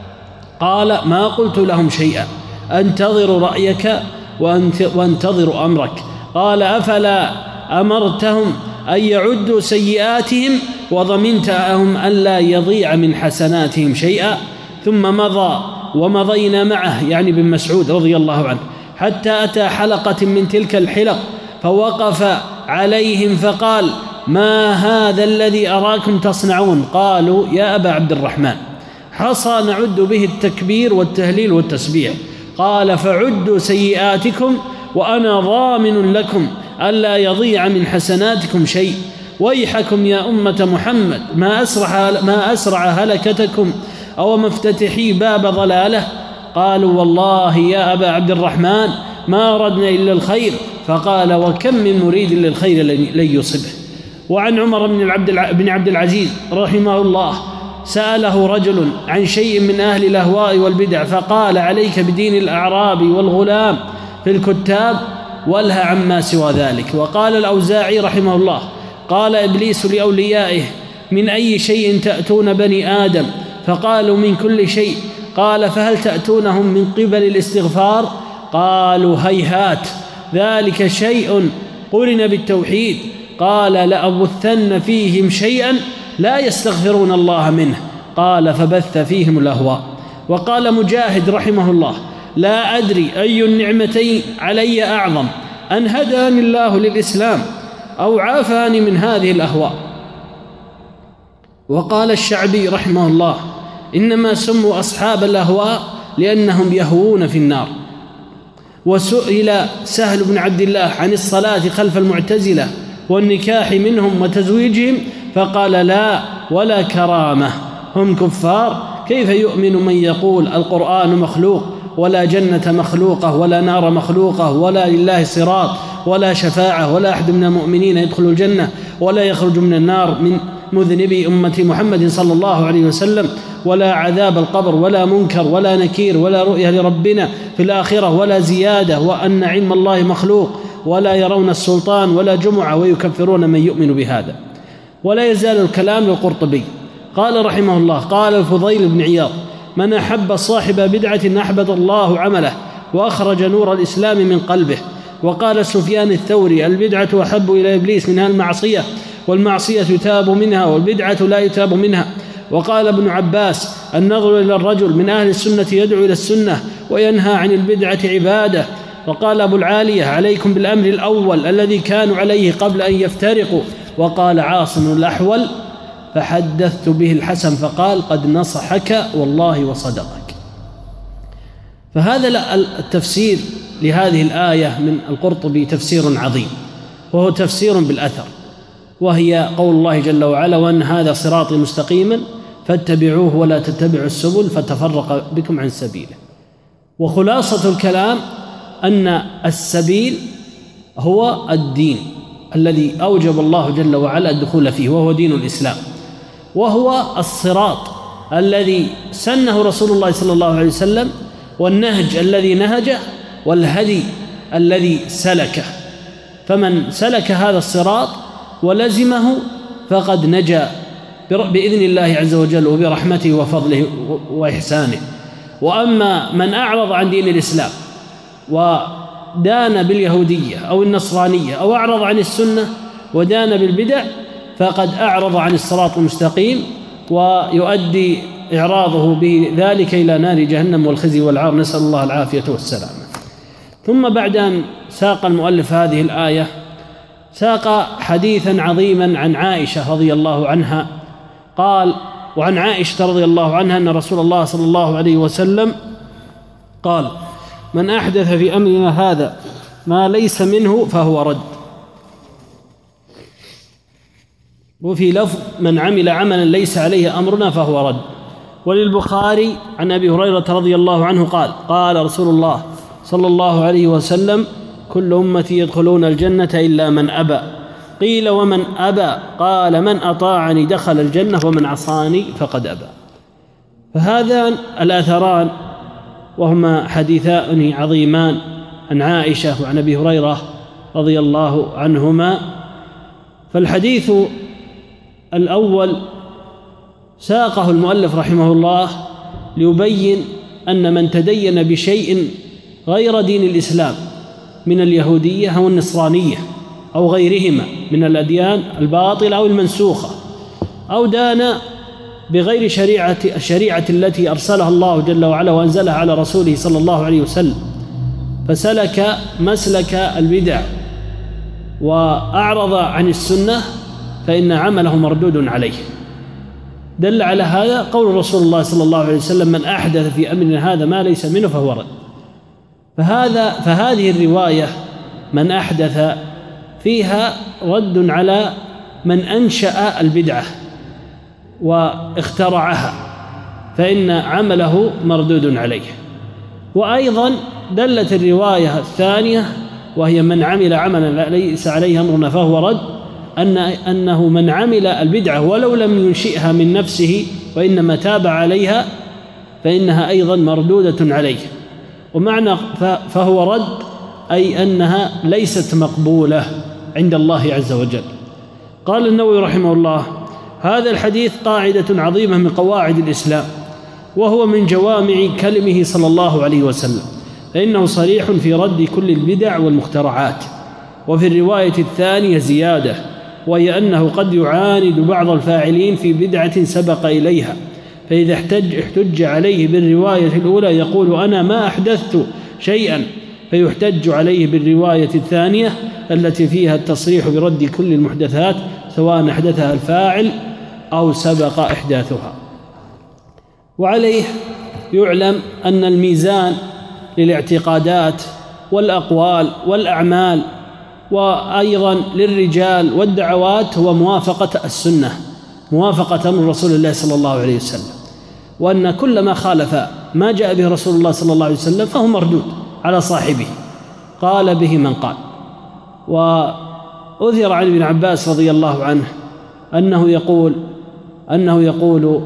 [SPEAKER 1] قال: ما قلت لهم شيئا، أنتظر رأيك وانتظر أمرك. قال: أفلا أمرتهم أن يعدوا سيئاتهم وضمنتهم أن لا يضيع من حسناتهم شيئا؟ ثم مضى ومضينا معه، يعني بن مسعود رضي الله عنه، حتى أتى حلقة من تلك الحلق، فوقف عليهم فقال: ما هذا الذي أراكم تصنعون؟ قالوا: يا أبا عبد الرحمن، حصى نعد به التكبير والتهليل والتسبيح. قال: فعدوا سيئاتكم وأنا ضامن لكم ألا يضيع من حسناتكم شيء. ويحكم يا أمة محمد، ما أسرع, ما أسرع هلكتكم أو مفتتحي باب ضلاله. قالوا: والله يا أبا عبد الرحمن ما أردنا إلا الخير. فقال: وكم من مريد للخير لن يصبه. وعن عمر بن عبد العزيز رحمه الله سأله رجل عن شيء من أهل الأهواء والبدع، فقال: عليك بدين الأعراب والغلام في الكتاب والها عما سوى ذلك. وقال الأوزاعي رحمه الله: قال إبليس لأوليائه: من أي شيء تأتون بني آدم؟ فقالوا: من كل شيء. قال: فهل تأتونهم من قبل الاستغفار؟ قالوا: هيهات، ذلك شيء قرن بالتوحيد. قال: لأبثن فيهم شيئا لا يستغفرون الله منه. قال: فبث فيهم الأهواء. وقال مجاهد رحمه الله: لا أدري أي النعمتين علي أعظم، أن هداني الله للإسلام أو عافاني من هذه الأهواء. وقال الشعبي رحمه الله: إنما سموا أصحاب الأهواء لأنهم يهوون في النار. وسئل سهل بن عبد الله عن الصلاة خلف المعتزلة والنكاح منهم وتزويجهم، فقال: لا ولا كرامة، هم كفار. كيف يؤمن من يقول القرآن مخلوق ولا جنة مخلوقة ولا نار مخلوقة ولا لله صراط ولا شفاعة ولا أحد من المؤمنين يدخل الجنة ولا يخرج من النار من مذنبي أمة محمد صلى الله عليه وسلم، ولا عذاب القبر ولا منكر ولا نكير ولا رؤية لربنا في الآخرة ولا زيادة، وأن علم الله مخلوق، ولا يرون السلطان ولا جمعة، ويكفرون من يؤمن بهذا. ولا يزال الكلام للقرطبي قال رحمه الله: قال الفضيل بن عياض: من أحب صاحب بدعة أحبط الله عمله وأخرج نور الإسلام من قلبه. وقال سفيان الثوري: البدعة أحب إلى إبليس منها المعصية، والمعصية يتاب منها والبدعة لا يتاب منها. وقال ابن عباس: النظر إلى الرجل من أهل السنة يدعو إلى السنة وينهى عن البدعة عبادة. وقال أبو العالية: عليكم بالأمر الأول الذي كانوا عليه قبل أن يفترقوا. وقال عاصم الأحول: فحدثت به الحسن فقال قد نصحك والله وصدقك. فهذا التفسير لهذه الآية من القرطبي تفسير عظيم، وهو تفسير بالأثر، وهي قول الله جل وعلا وأن هذا صراطي مستقيما فاتبعوه ولا تتبعوا السبل فتفرق بكم عن سبيله. وخلاصة الكلام أن السبيل هو الدين الذي أوجب الله جل وعلا الدخول فيه، وهو دين الإسلام، وهو الصراط الذي سنه رسول الله صلى الله عليه وسلم، والنهج الذي نهجه، والهدي الذي سلكه. فمن سلك هذا الصراط ولزمه فقد نجا بإذن الله عز وجل وبرحمته وفضله وإحسانه. وأما من أعرض عن دين الإسلام ودان باليهودية أو النصرانية أو أعرض عن السنة ودان بالبدع فقد أعرض عن الصراط المستقيم، ويؤدي إعراضه بذلك إلى نار جهنم والخزي والعار، نسأل الله العافية والسلامة. ثم بعد أن ساق المؤلف هذه الآية ساق حديثا عظيما عن عائشة رضي الله عنها قال: وعن عائشة رضي الله عنها أن رسول الله صلى الله عليه وسلم قال: من أحدث في أمرنا هذا ما ليس منه فهو رد. وفي لفظ: من عمل عملا ليس عليه أمرنا فهو رد. وللبخاري عن أبي هريرة رضي الله عنه قال: قال رسول الله صلى الله عليه وسلم: كل أمتي يدخلون الجنة إلا من أبى. قيل: ومن أبى؟ قال: من أطاعني دخل الجنة ومن عصاني فقد أبى. فهذان الآثران وهما حديثان عظيمان عن عائشة وعن أبي هريرة رضي الله عنهما. فالحديث الأول ساقه المؤلف رحمه الله ليبين أن من تدين بشيء غير دين الإسلام من اليهودية أو النصرانية أو غيرهما من الأديان الباطلة أو المنسوخة، أو دان بغير شريعة الشريعة التي أرسلها الله جل وعلا وأنزلها على رسوله صلى الله عليه وسلم، فسلك مسلك البدع وأعرض عن السنة، فإن عمله مردود عليه. دل على هذا قول رسول الله صلى الله عليه وسلم: من أحدث في أمرنا هذا ما ليس منه فهو رد. فهذا فهذه الرواية من أحدث فيها رد على من أنشأ البدعة واخترعها، فإن عمله مردود عليه. وأيضا دلت الرواية الثانية وهي من عمل عملا ليس عليه أمرنا فهو رد، أن أنه من عمل البدعة ولو لم ينشئها من نفسه وإنما تابع عليها فإنها أيضا مردودة عليه. ومعنى فهو رد أي أنها ليست مقبولة عند الله عز وجل. قال النووي رحمه الله: هذا الحديث قاعدة عظيمة من قواعد الإسلام، وهو من جوامع كلمه صلى الله عليه وسلم، فإنه صريح في رد كل البدع والمخترعات. وفي الرواية الثانية زيادة، وهي أنه قد يعاند بعض الفاعلين في بدعة سبق إليها، فإذا احتج, احتج عليه بالرواية الأولى يقول: أنا ما أحدثت شيئا، فيحتج عليه بالرواية الثانية التي فيها التصريح برد كل المحدثات سواء أحدثها الفاعل أو سبق إحداثها. وعليه يعلم أن الميزان للاعتقادات والأقوال والأعمال وأيضا للرجال والدعوات هو موافقة السنة، موافقة أمر رسول الله صلى الله عليه وسلم، وأن كل ما خالف ما جاء به رسول الله صلى الله عليه وسلم فهو مردود على صاحبه، قال به من قال. وأثر عن ابن عباس رضي الله عنه أنه يقول أنه يقول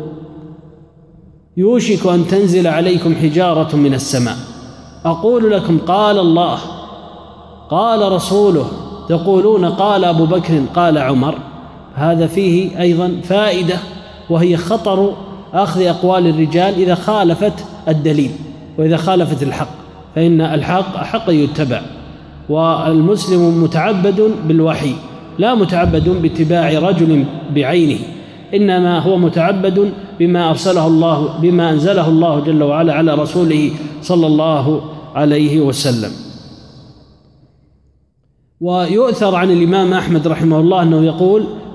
[SPEAKER 1] يوشك أن تنزل عليكم حجارة من السماء، أقول لكم قال الله قال رسوله، تقولون قال أبو بكر قال عمر. هذا فيه أيضا فائدة، وهي خطر أخذ أقوال الرجال إذا خالفت الدليل وإذا خالفت الحق، فإن الحق حق يتبع، والمسلم متعبد بالوحي لا متعبد باتباع رجل بعينه، إنما هو متعبد بما أرسله الله بما أنزله الله جل وعلا على رسوله صلى الله عليه وسلم. ويؤثر عن الإمام أحمد رحمه الله أنه يقول: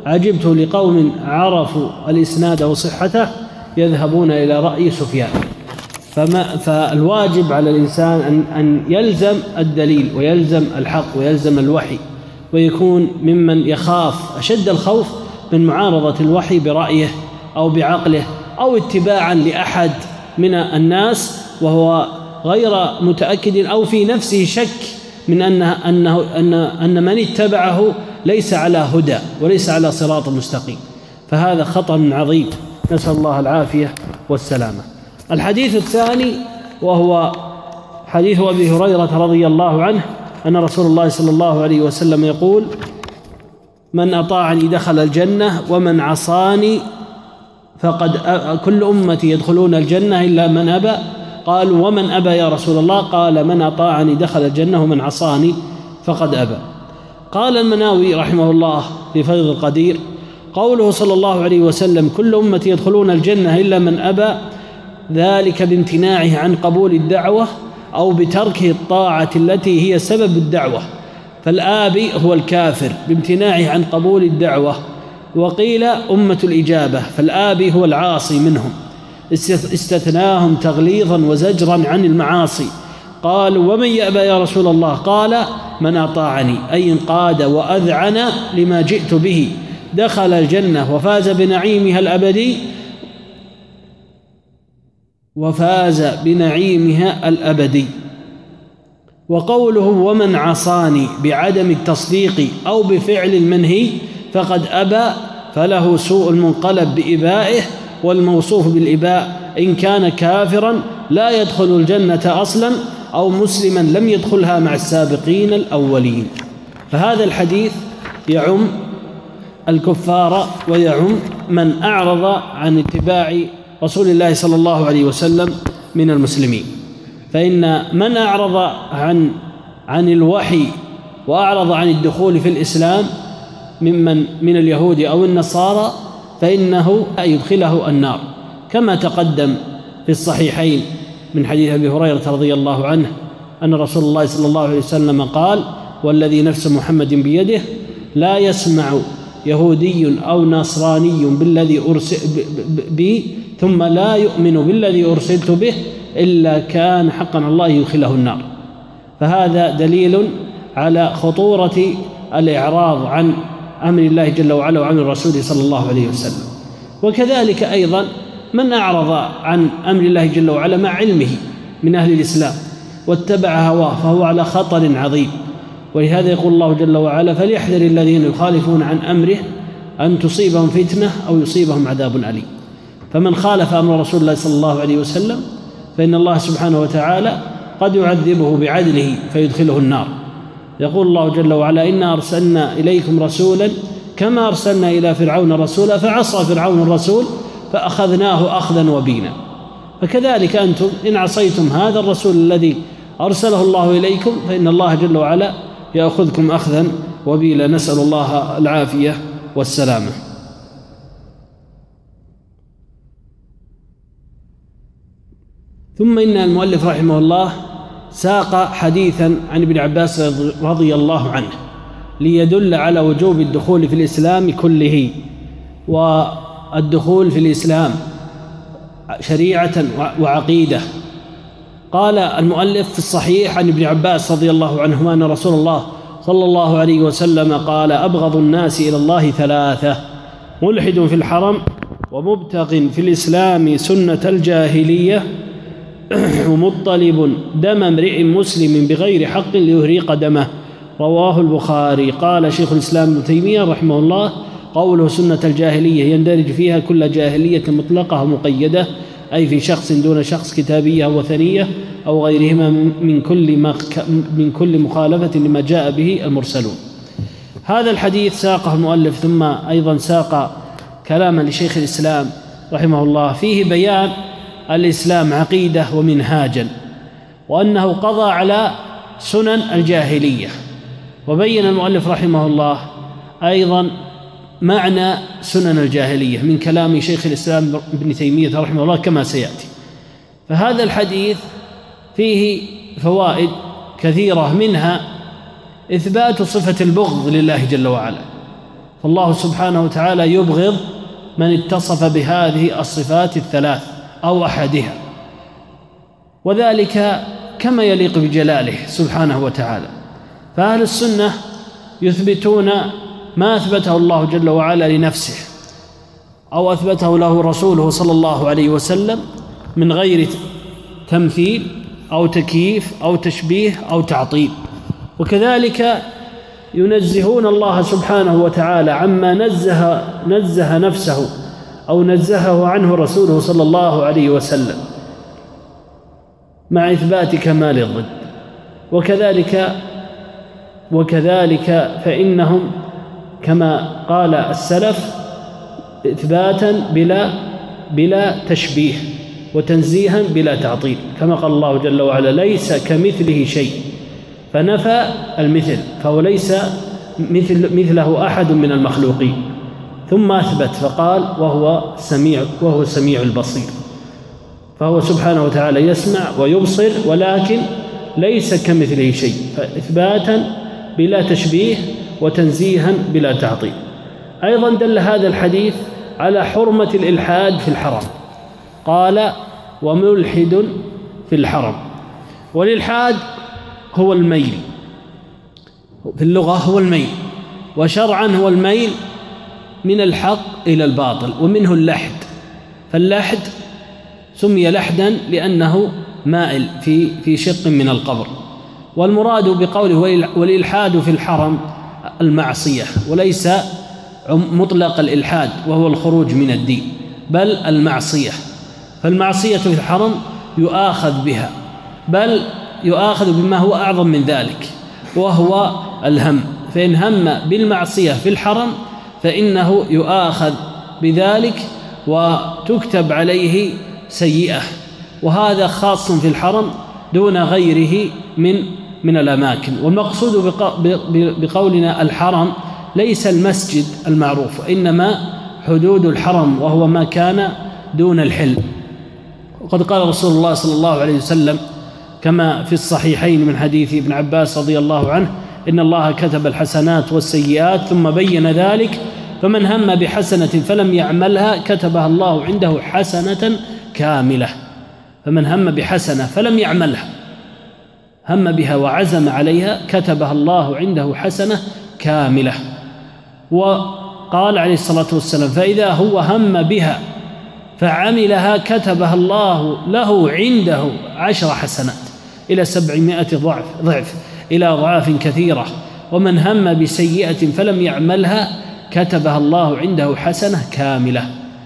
[SPEAKER 1] عجبت لقوم عرفوا الإسناد وصحته يذهبون إلى رأي سفيان. فما فالواجب على الإنسان أن, أن يلزم الدليل ويلزم الحق ويلزم الوحي، ويكون ممن يخاف أشد الخوف من معارضة الوحي برأيه أو بعقله أو اتباعا لأحد من الناس وهو غير متأكد أو في نفسه شك من أنه أنه أن أن من اتبعه ليس على هدى وليس على صراط مستقيم، فهذا خطأ عظيم، نسأل الله العافية والسلامة. الحديث الثاني وهو حديث أبي هريرة رضي الله عنه أن رسول الله صلى الله عليه وسلم يقول: من أطاعني دخل الجنة ومن عصاني فقد كل أمتي يدخلون الجنة إلا من أبى. قالوا: ومن أبى يا رسول الله؟ قال: من أطاعني دخل الجنة ومن عصاني فقد أبى. قال المناوي رحمه الله في فيض القدير: قوله صلى الله عليه وسلم كل أمتي يدخلون الجنة إلا من أبى، ذلك بامتناعه عن قبول الدعوة أو بتركه الطاعة التي هي سبب الدعوة، فالآبي هو الكافر بامتناعه عن قبول الدعوة. وقيل أمة الإجابة، فالآبي هو العاصي منهم، استثناهم تغليظا وزجرا عن المعاصي. قالوا: ومن يأبى يا رسول الله؟ قال: من أطاعني، أي انقاد وأذعن لما جئت به دخل الجنة وفاز بنعيمها الأبدي وفاز بنعيمها الأبدي. وقوله ومن عصاني بعدم التصديق أو بفعل المنهي فقد أبى، فله سوء المنقلب بإبائه، والموصوف بالإباء إن كان كافرا لا يدخل الجنة أصلا أو مسلما لم يدخلها مع السابقين الأولين. فهذا الحديث يعم الكفار ويعم من أعرض عن اتباع رسول الله صلى الله عليه وسلم من المسلمين. فإن من أعرض عن عن الوحي وأعرض عن الدخول في الإسلام ممن من اليهود أو النصارى فإنه يدخله النار، كما تقدم في الصحيحين من حديث أبي هريرة رضي الله عنه أن رسول الله صلى الله عليه وسلم قال: والذي نفس محمد بيده لا يسمع يهودي أو نصراني بالذي أرسل بي ثم لا يؤمن بالذي أرسلت به إلا كان حقا على الله يدخله النار. فهذا دليل على خطورة الإعراض عن أمر الله جل وعلا وعن الرسول صلى الله عليه وسلم. وكذلك أيضا من أعرض عن أمر الله جل وعلا مع علمه من أهل الإسلام واتبع هواه فهو على خطر عظيم. ولهذا يقول الله جل وعلا: فليحذر الذين يخالفون عن أمره أن تصيبهم فتنة أو يصيبهم عذاب أليم. فمن خالف أمر رسول الله صلى الله عليه وسلم فإن الله سبحانه وتعالى قد يعذبه بعدله فيدخله النار. يقول الله جل وعلا: إنا أرسلنا إليكم رسولا كما أرسلنا إلى فرعون رسولا فعصى فرعون الرسول فأخذناه أخذا وبينا. فكذلك أنتم إن عصيتم هذا الرسول الذي أرسله الله إليكم فإن الله جل وعلا يأخذكم أخذا وبيلا، نسأل الله العافية والسلامة. ثم إن المؤلف رحمه الله ساق حديثا عن ابن عباس رضي الله عنه ليدل على وجوب الدخول في الإسلام كله، والدخول في الإسلام شريعة وعقيدة. قال المؤلف في الصحيح عن ابن عباس رضي الله عنهما أن رسول الله صلى الله عليه وسلم قال: أبغض الناس إلى الله ثلاثة: ملحد في الحرم، ومبتغ في الإسلام سنة الجاهلية، ومطلب دم امرئ مسلم بغير حق ليهريق دمه. رواه البخاري. قال شيخ الإسلام ابن تيمية رحمه الله: قوله سنة الجاهلية يندرج فيها كل جاهلية مطلقة ومقيدة، أي في شخص دون شخص، كتابية أو وثنية أو غيرهما من كل من كل مخالفة لما جاء به المرسلون. هذا الحديث ساقه المؤلف ثم أيضا ساق كلاما لشيخ الإسلام رحمه الله فيه بيان الإسلام عقيدة ومنهاجا، وأنه قضى على سنن الجاهلية. وبين المؤلف رحمه الله أيضا معنى سنن الجاهلية من كلام شيخ الإسلام ابن تيمية رحمه الله كما سيأتي. فهذا الحديث فيه فوائد كثيرة، منها إثبات صفة البغض لله جل وعلا، فالله سبحانه وتعالى يبغض من اتصف بهذه الصفات الثلاث أو أحدها، وذلك كما يليق بجلاله سبحانه وتعالى. فأهل السنة يثبتون ما أثبته الله جل وعلا لنفسه أو أثبته له رسوله صلى الله عليه وسلم من غير تمثيل أو تكييف أو تشبيه أو تعطيل، وكذلك ينزهون الله سبحانه وتعالى عما نزه نزه نفسه أو نزهه عنه رسوله صلى الله عليه وسلم مع إثبات كمال الضد. وكذلك وكذلك فإنهم كما قال السلف إثباتا بلا بلا تشبيه وتنزيها بلا تعطيل، كما قال الله جل وعلا: ليس كمثله شيء، فنفى المثل، فهو ليس مثل مثله أحد من المخلوقين، ثم أثبت فقال: وهو سميع وهو سميع البصير، فهو سبحانه وتعالى يسمع ويبصر ولكن ليس كمثله شيء، فإثباتا بلا تشبيه وتنزيها بلا تعطيل. أيضا دل هذا الحديث على حرمة الإلحاد في الحرم، قال: وملحد في الحرم. والإلحاد هو الميل، في اللغة هو الميل، وشرعا هو الميل من الحق إلى الباطل، ومنه اللحد. فاللحد سمي لحدا لأنه مائل في في شق من القبر. والمراد بقوله والإلحاد في الحرم المعصية، وليس مطلق الإلحاد وهو الخروج من الدين، بل المعصية. فالمعصية في الحرم يؤاخذ بها، بل يؤاخذ بما هو أعظم من ذلك، وهو الهم. فإن هم بالمعصية في الحرم فإنه يؤاخذ بذلك وتكتب عليه سيئة، وهذا خاص في الحرم دون غيره من من الأماكن. والمقصود بقولنا الحرم ليس المسجد المعروف، وإنما حدود الحرم، وهو ما كان دون الحل. وقد قال رسول الله صلى الله عليه وسلم كما في الصحيحين من حديث ابن عباس رضي الله عنه: إن الله كتب الحسنات والسيئات ثم بين ذلك، فمن هم بحسنة فلم يعملها كتبها الله عنده حسنة كاملة. فمن هم بحسنة فلم يعملها، هم بها وعزم عليها، كتبها الله عنده حسنة كاملة. وقال عليه الصلاة والسلام: فإذا هو هم بها فعملها كتبها الله له عنده عشر حسنات إلى سبعمائة ضعف ضعف إلى أضعاف كثيرة. ومن هم بسيئة فلم يعملها كتبها الله عنده حسنة كاملة.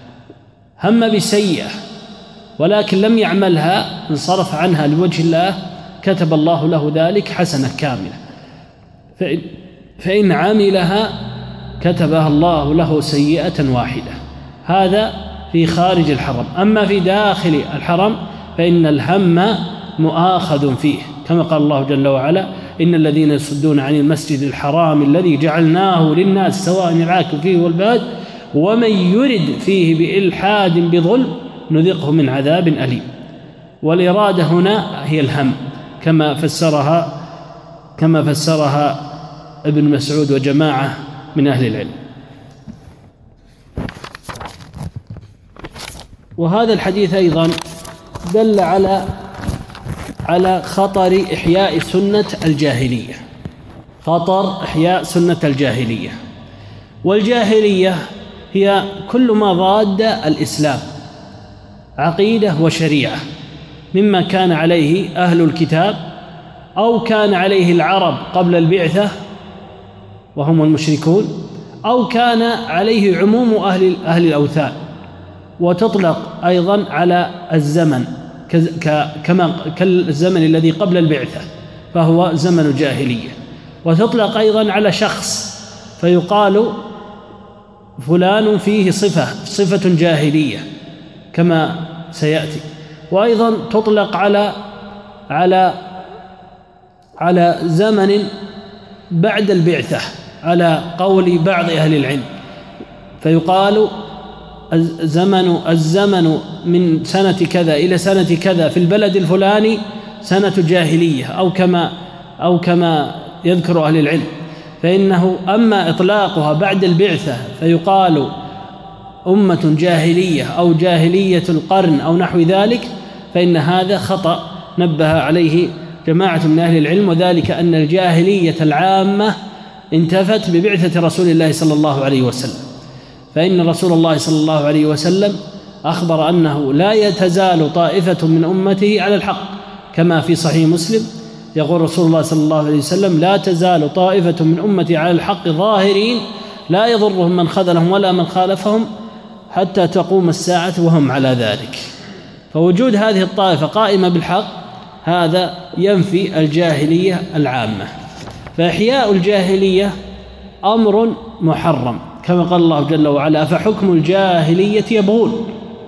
[SPEAKER 1] هم بسيئة ولكن لم يعملها، انصرف عنها لوجه الله، كتب الله له ذلك حسنة كاملة. فإن, فإن عملها كتبها الله له سيئة واحدة. هذا في خارج الحرم. أما في داخل الحرم فإن الهم مؤاخذ فيه، كما قال الله جل وعلا: إن الذين يصدون عن المسجد الحرام الذي جعلناه للناس سواء العاكف فيه والباد ومن يرد فيه بإلحاد بظلم نذقه من عذاب أليم. والإرادة هنا هي الهم، كما فسرها كما فسرها ابن مسعود وجماعة من أهل العلم. وهذا الحديث أيضا دل على على خطر إحياء سنة الجاهلية، خطر إحياء سنة الجاهلية. والجاهلية هي كل ما ضاد الإسلام عقيدة وشريعة، مما كان عليه أهل الكتاب أو كان عليه العرب قبل البعثة وهم المشركون، أو كان عليه عموم أهل أهل الأوثان. وتطلق أيضا على الزمن كما كالزمن الذي قبل البعثة فهو زمن جاهلية. وتطلق أيضا على شخص فيقال فلان فيه صفة صفة جاهلية كما سيأتي. وأيضا تطلق على على على زمن بعد البعثة على قول بعض أهل العلم، فيقال الزمن الزمن من سنة كذا إلى سنة كذا في البلد الفلاني سنة جاهلية، أو كما أو كما يذكر أهل العلم. فإنه أما إطلاقها بعد البعثة فيقال أمة جاهلية أو جاهلية القرن أو نحو ذلك، فإن هذا خطأ نبه عليه جماعة من أهل العلم، وذلك أن الجاهلية العامة انتفت ببعثة رسول الله صلى الله عليه وسلم، فإن رسول الله صلى الله عليه وسلم أخبر أنه لا يتزال طائفة من أمته على الحق، كما في صحيح مسلم يقول رسول الله صلى الله عليه وسلم: لا تزال طائفة من أمتي على الحق ظاهرين لا يضرهم من خذلهم ولا من خالفهم حتى تقوم الساعة وهم على ذلك. فوجود هذه الطائفة قائمة بالحق هذا ينفي الجاهلية العامة. فإحياء الجاهلية أمر محرم، كما قال الله جل وعلا: أفحكم الجاهلية يبغون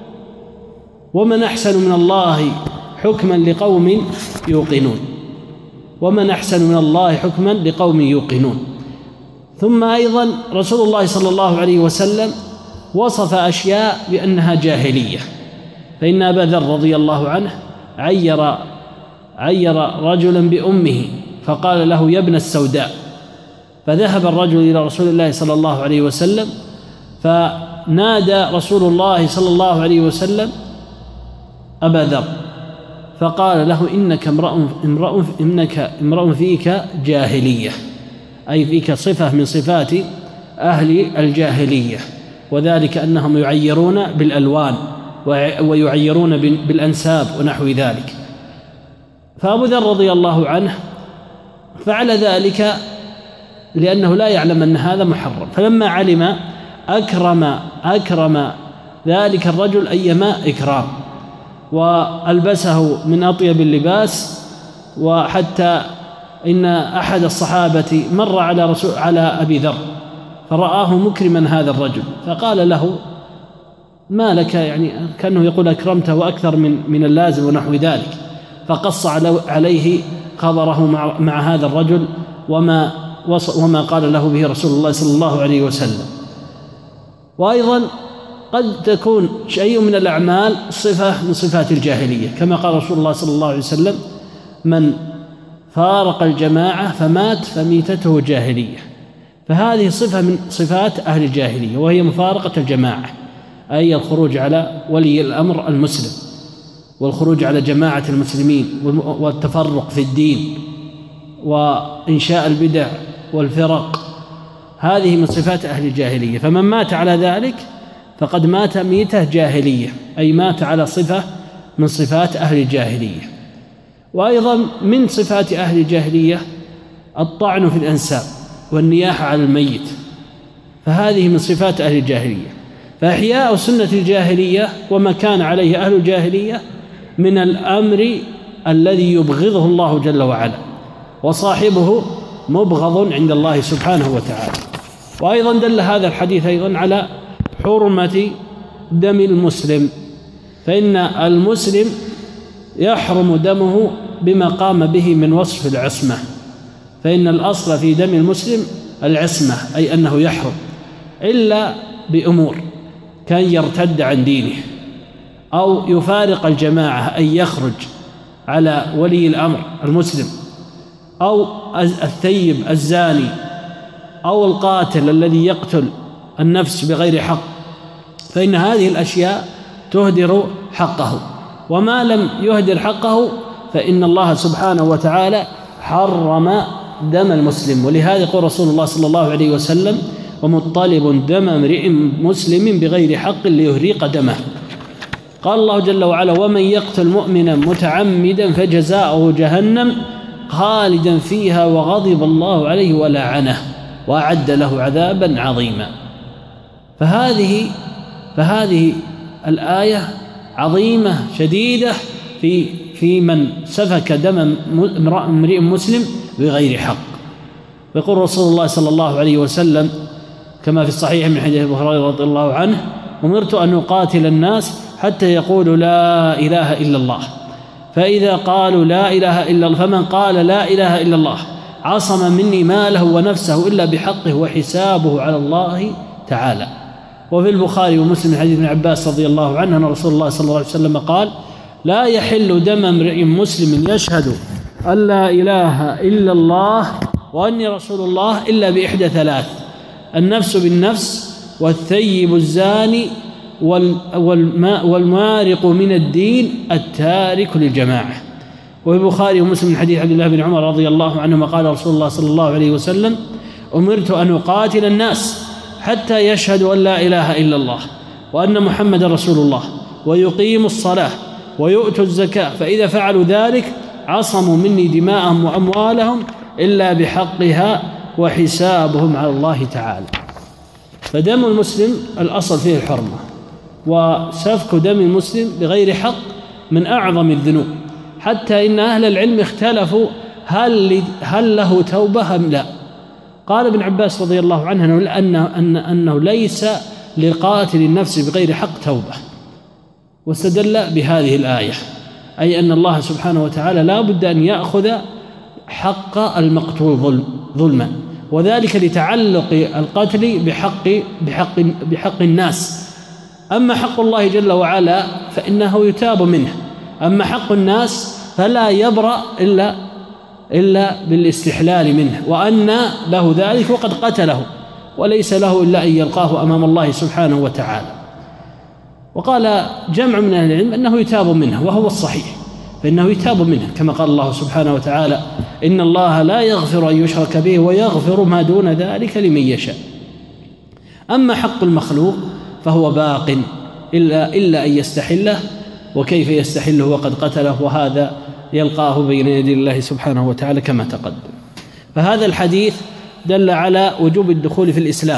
[SPEAKER 1] ومن أحسن من الله حكما لقوم يوقنون ومن أحسن من الله حكما لقوم يوقنون. ثم أيضا رسول الله صلى الله عليه وسلم وصف أشياء بأنها جاهلية، فإن أبا ذر رضي الله عنه عير عير رجلا بأمه فقال له: يا ابن السوداء. فذهب الرجل إلى رسول الله صلى الله عليه وسلم فنادى رسول الله صلى الله عليه وسلم أبا ذر فقال له: إنك امرأ امرأ إنك امرأ فيك جاهلية، أي فيك صفة من صفات أهل الجاهلية، وذلك أنهم يعيرون بالألوان ويعيرون بالأنساب ونحو ذلك. فأبو ذر رضي الله عنه فعل ذلك لأنه لا يعلم أن هذا محرم، فلما علم أكرم أكرم ذلك الرجل أيما إكرام، وألبسه من أطيب اللباس، وحتى إن أحد الصحابة مر على رسول على أبي ذر فرآه مكرما هذا الرجل فقال له: ما لك؟ يعني كأنه يقول أكرمته وأكثر من من اللازم ونحو ذلك، فقص عليه خبره مع, مع هذا الرجل وما وما قال له به رسول الله صلى الله عليه وسلم. وأيضا قد تكون شيء من الأعمال صفة من صفات الجاهلية، كما قال رسول الله صلى الله عليه وسلم: من فارق الجماعة فمات فميتته جاهلية. فهذه صفة من صفات أهل الجاهلية، وهي مفارقة الجماعة، أي الخروج على ولي الأمر المسلم والخروج على جماعة المسلمين والتفرق في الدين وإنشاء البدع والفرق، هذه من صفات أهل الجاهلية. فمن مات على ذلك فقد مات ميتة جاهلية، أي مات على صفة من صفات أهل الجاهلية. وأيضا من صفات أهل الجاهلية الطعن في الأنساب والنياحة على الميت، فهذه من صفات أهل الجاهلية. فإحياء سنة الجاهلية وما كان عليه أهل الجاهلية من الأمر الذي يبغضه الله جل وعلا، وصاحبه مبغض عند الله سبحانه وتعالى. وأيضا دل هذا الحديث أيضا على حرمة دم المسلم، فإن المسلم يحرم دمه بما قام به من وصف العصمة، فإن الأصل في دم المسلم العصمة، أي أنه يحرم إلا بأمور: كان يرتد عن دينه، أو يفارق الجماعة أي يخرج على ولي الأمر المسلم، أو الثيب الزاني، أو القاتل الذي يقتل النفس بغير حق، فإن هذه الأشياء تهدر حقه. وما لم يهدر حقه فإن الله سبحانه وتعالى حرم دم المسلم. ولهذا يقول رسول الله صلى الله عليه وسلم: ومطلب دم امرئ مسلم بغير حق ليهريق دمه. قال الله جل وعلا: ومن يقتل مؤمنا متعمدا فجزاؤه جهنم خالدا فيها وغضب الله عليه ولعنه وأعد له عذابا عظيما. فهذه فهذه الآية عظيمة شديدة في في من سفك دم امرئ مسلم بغير حق. ويقول رسول الله صلى الله عليه وسلم كما في الصحيح من حديث أبي هريرة رضي الله عنه: أمرت أن أقاتل الناس حتى يقولوا لا إله إلا الله، فإذا قالوا لا إله إلا الله فمن قال لا إله إلا الله عصم مني ماله ونفسه إلا بحقه وحسابه على الله تعالى. وفي البخاري ومسلم من حديث ابن عباس رضي الله عنه أن رسول الله صلى الله عليه وسلم قال: لا يحل دم امرئ مسلم يشهد أن لا إله إلا الله وأني رسول الله إلا بإحدى ثلاث: النفس بالنفس، والثيب الزاني، والمارق من الدين التارك للجماعة. وفي البخاري ومسلم من حديث عبد الله بن عمر رضي الله عنهما قال رسول الله صلى الله عليه وسلم: أمرت أن أقاتل الناس حتى يشهدوا أن لا إله إلا الله وأن محمد رسول الله ويقيموا الصلاة ويؤتوا الزكاة، فإذا فعلوا ذلك عصموا مني دماءهم وأموالهم إلا بحقها وحسابهم على الله تعالى. فدم المسلم الأصل فيه الحرمة، وسفك دم المسلم بغير حق من أعظم الذنوب، حتى إن أهل العلم اختلفوا هل هل له توبة أم لا. قال ابن عباس رضي الله عنه أنه, أنه ليس لقاتل النفس بغير حق توبة، واستدل بهذه الآية، أي أن الله سبحانه وتعالى لا بد أن يأخذ حق المقتول ظلما، وذلك لتعلق القتل بحق, بحق, بحق الناس. أما حق الله جل وعلا فإنه يتاب منه، أما حق الناس فلا يبرأ إلا, إلا بالاستحلال منه، وأن له ذلك وقد قتله وليس له إلا أن يلقاه أمام الله سبحانه وتعالى. وقال جمع من أهل العلم أنه يتاب منه، وهو الصحيح، فإنه يتاب منه كما قال الله سبحانه وتعالى: إن الله لا يغفر أن يشرك به ويغفر ما دون ذلك لمن يشاء. أما حق المخلوق فهو باق إلا, إلا أن يستحله، وكيف يستحله وقد قتله؟ وهذا يلقاه بين يدي الله سبحانه وتعالى كما تقدم. فهذا الحديث دل على وجوب الدخول في الإسلام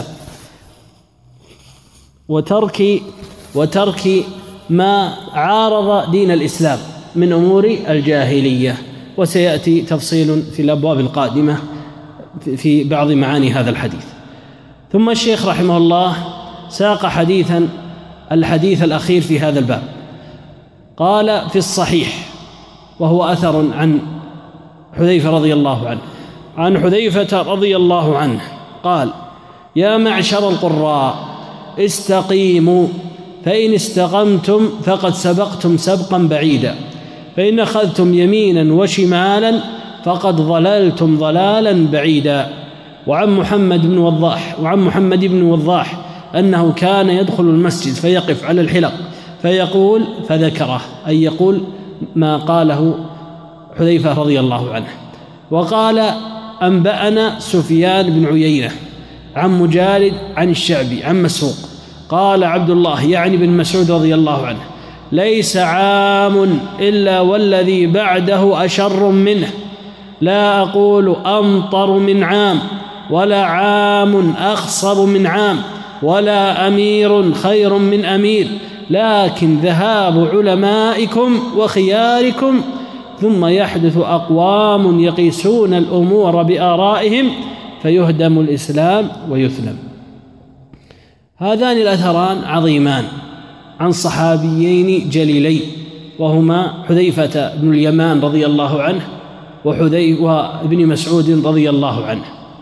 [SPEAKER 1] وترك وترك ما عارض دين الإسلام من أمور الجاهلية، وسيأتي تفصيل في الأبواب القادمة في بعض معاني هذا الحديث. ثم الشيخ رحمه الله ساق حديثا الحديث الأخير في هذا الباب، قال في الصحيح، وهو أثر عن حذيفة رضي الله عنه عن حذيفة رضي الله عنه قال: يا معشر القراء استقيموا، فإن استقمتم فقد سبقتم سبقا بعيدا، فإن أخذتم يمينا وشمالا فقد ضللتم ضلالا بعيدا. وعن محمد بن وضاح وعن محمد بن وضاح أنه كان يدخل المسجد فيقف على الحلق فيقول، فذكره أي يقول ما قاله حذيفة رضي الله عنه. وقال: أنبأنا سفيان بن عيينة عن مجالد عن الشعبي عن مسروق قال عبد الله يعني بن مسعود رضي الله عنه: ليس عام إلا والذي بعده أشر منه، لا أقول أمطر من عام، ولا عام أخصب من عام، ولا أمير خير من أمير، لكن ذهاب علمائكم وخياركم، ثم يحدث أقوام يقيسون الأمور بآرائهم فيهدم الإسلام ويثلم. هذان الأثران عظيمان عن صحابيين جليلين، وهما حذيفة بن اليمان رضي الله عنه وحذيفة وابن مسعود رضي الله عنه.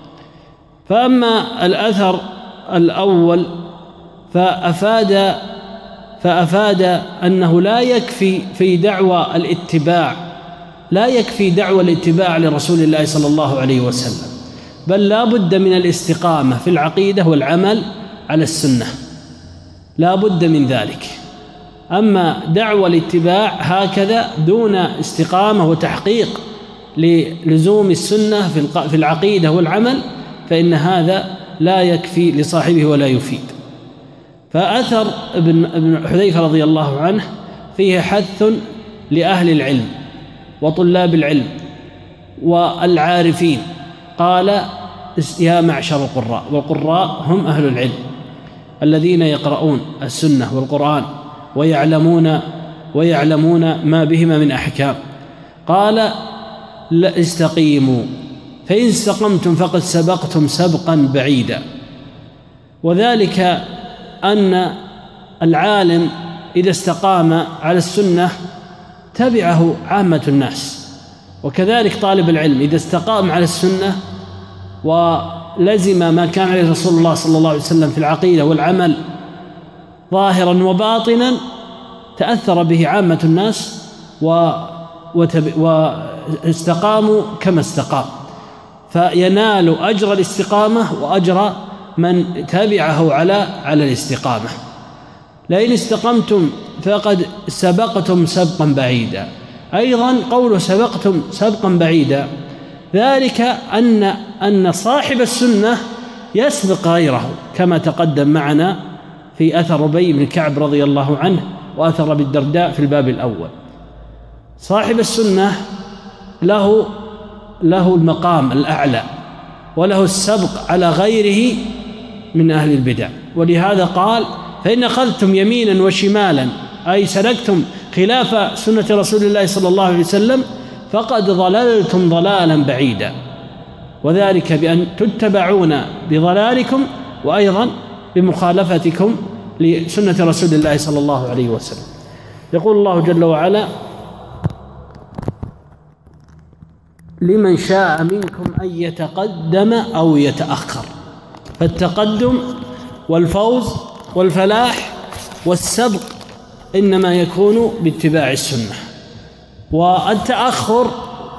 [SPEAKER 1] فأما الأثر الأول فأفاد فأفاد أنه لا يكفي في دعوى الاتباع لا يكفي دعوى الاتباع لرسول الله صلى الله عليه وسلم، بل لا بد من الاستقامة في العقيدة والعمل على السنة، لا بد من ذلك. أما دعوى الاتباع هكذا دون استقامة وتحقيق للزوم السنة في العقيدة والعمل فإن هذا لا يكفي لصاحبه ولا يفيد. فأثر ابن حذيفة رضي الله عنه فيه حث لأهل العلم وطلاب العلم والعارفين. قال: يا معشر القراء، والقراء هم أهل العلم الذين يقرؤون السنة والقرآن ويعلمون ويعلمون ما بهما من أحكام. قال: لا استقيموا، فإن استقمتم فقد سبقتم سبقا بعيدا. وذلك أن العالم إذا استقام على السنة تبعه عامة الناس، وكذلك طالب العلم إذا استقام على السنة ولزم ما كان عليه رسول الله صلى الله عليه وسلم في العقيدة والعمل ظاهرا وباطنا تأثر به عامة الناس واستقاموا كما استقام. فينال أجر الاستقامة وأجر من تبعه على على الاستقامة. لئن استقمتم فقد سبقتم سبقا بعيدا. أيضا قول سبقتم سبقا بعيدا ذلك أن أن صاحب السنة يسبق غيره، كما تقدم معنا في أثر ربيع بن كعب رضي الله عنه وأثر أبي الدرداء في الباب الأول. صاحب السنة له له المقام الأعلى وله السبق على غيره من أهل البدع، ولهذا قال: فإن أخذتم يمينا وشمالا، أي سلكتم خلاف سنة رسول الله صلى الله عليه وسلم، فقد ضللتم ضلالا بعيدا، وذلك بأن تتبعون بضلالكم وأيضا بمخالفتكم لسنة رسول الله صلى الله عليه وسلم. يقول الله جل وعلا: لمن شاء منكم أن يتقدم أو يتأخر. فالتقدم والفوز والفلاح والسبق إنما يكون باتباع السنة، والتأخر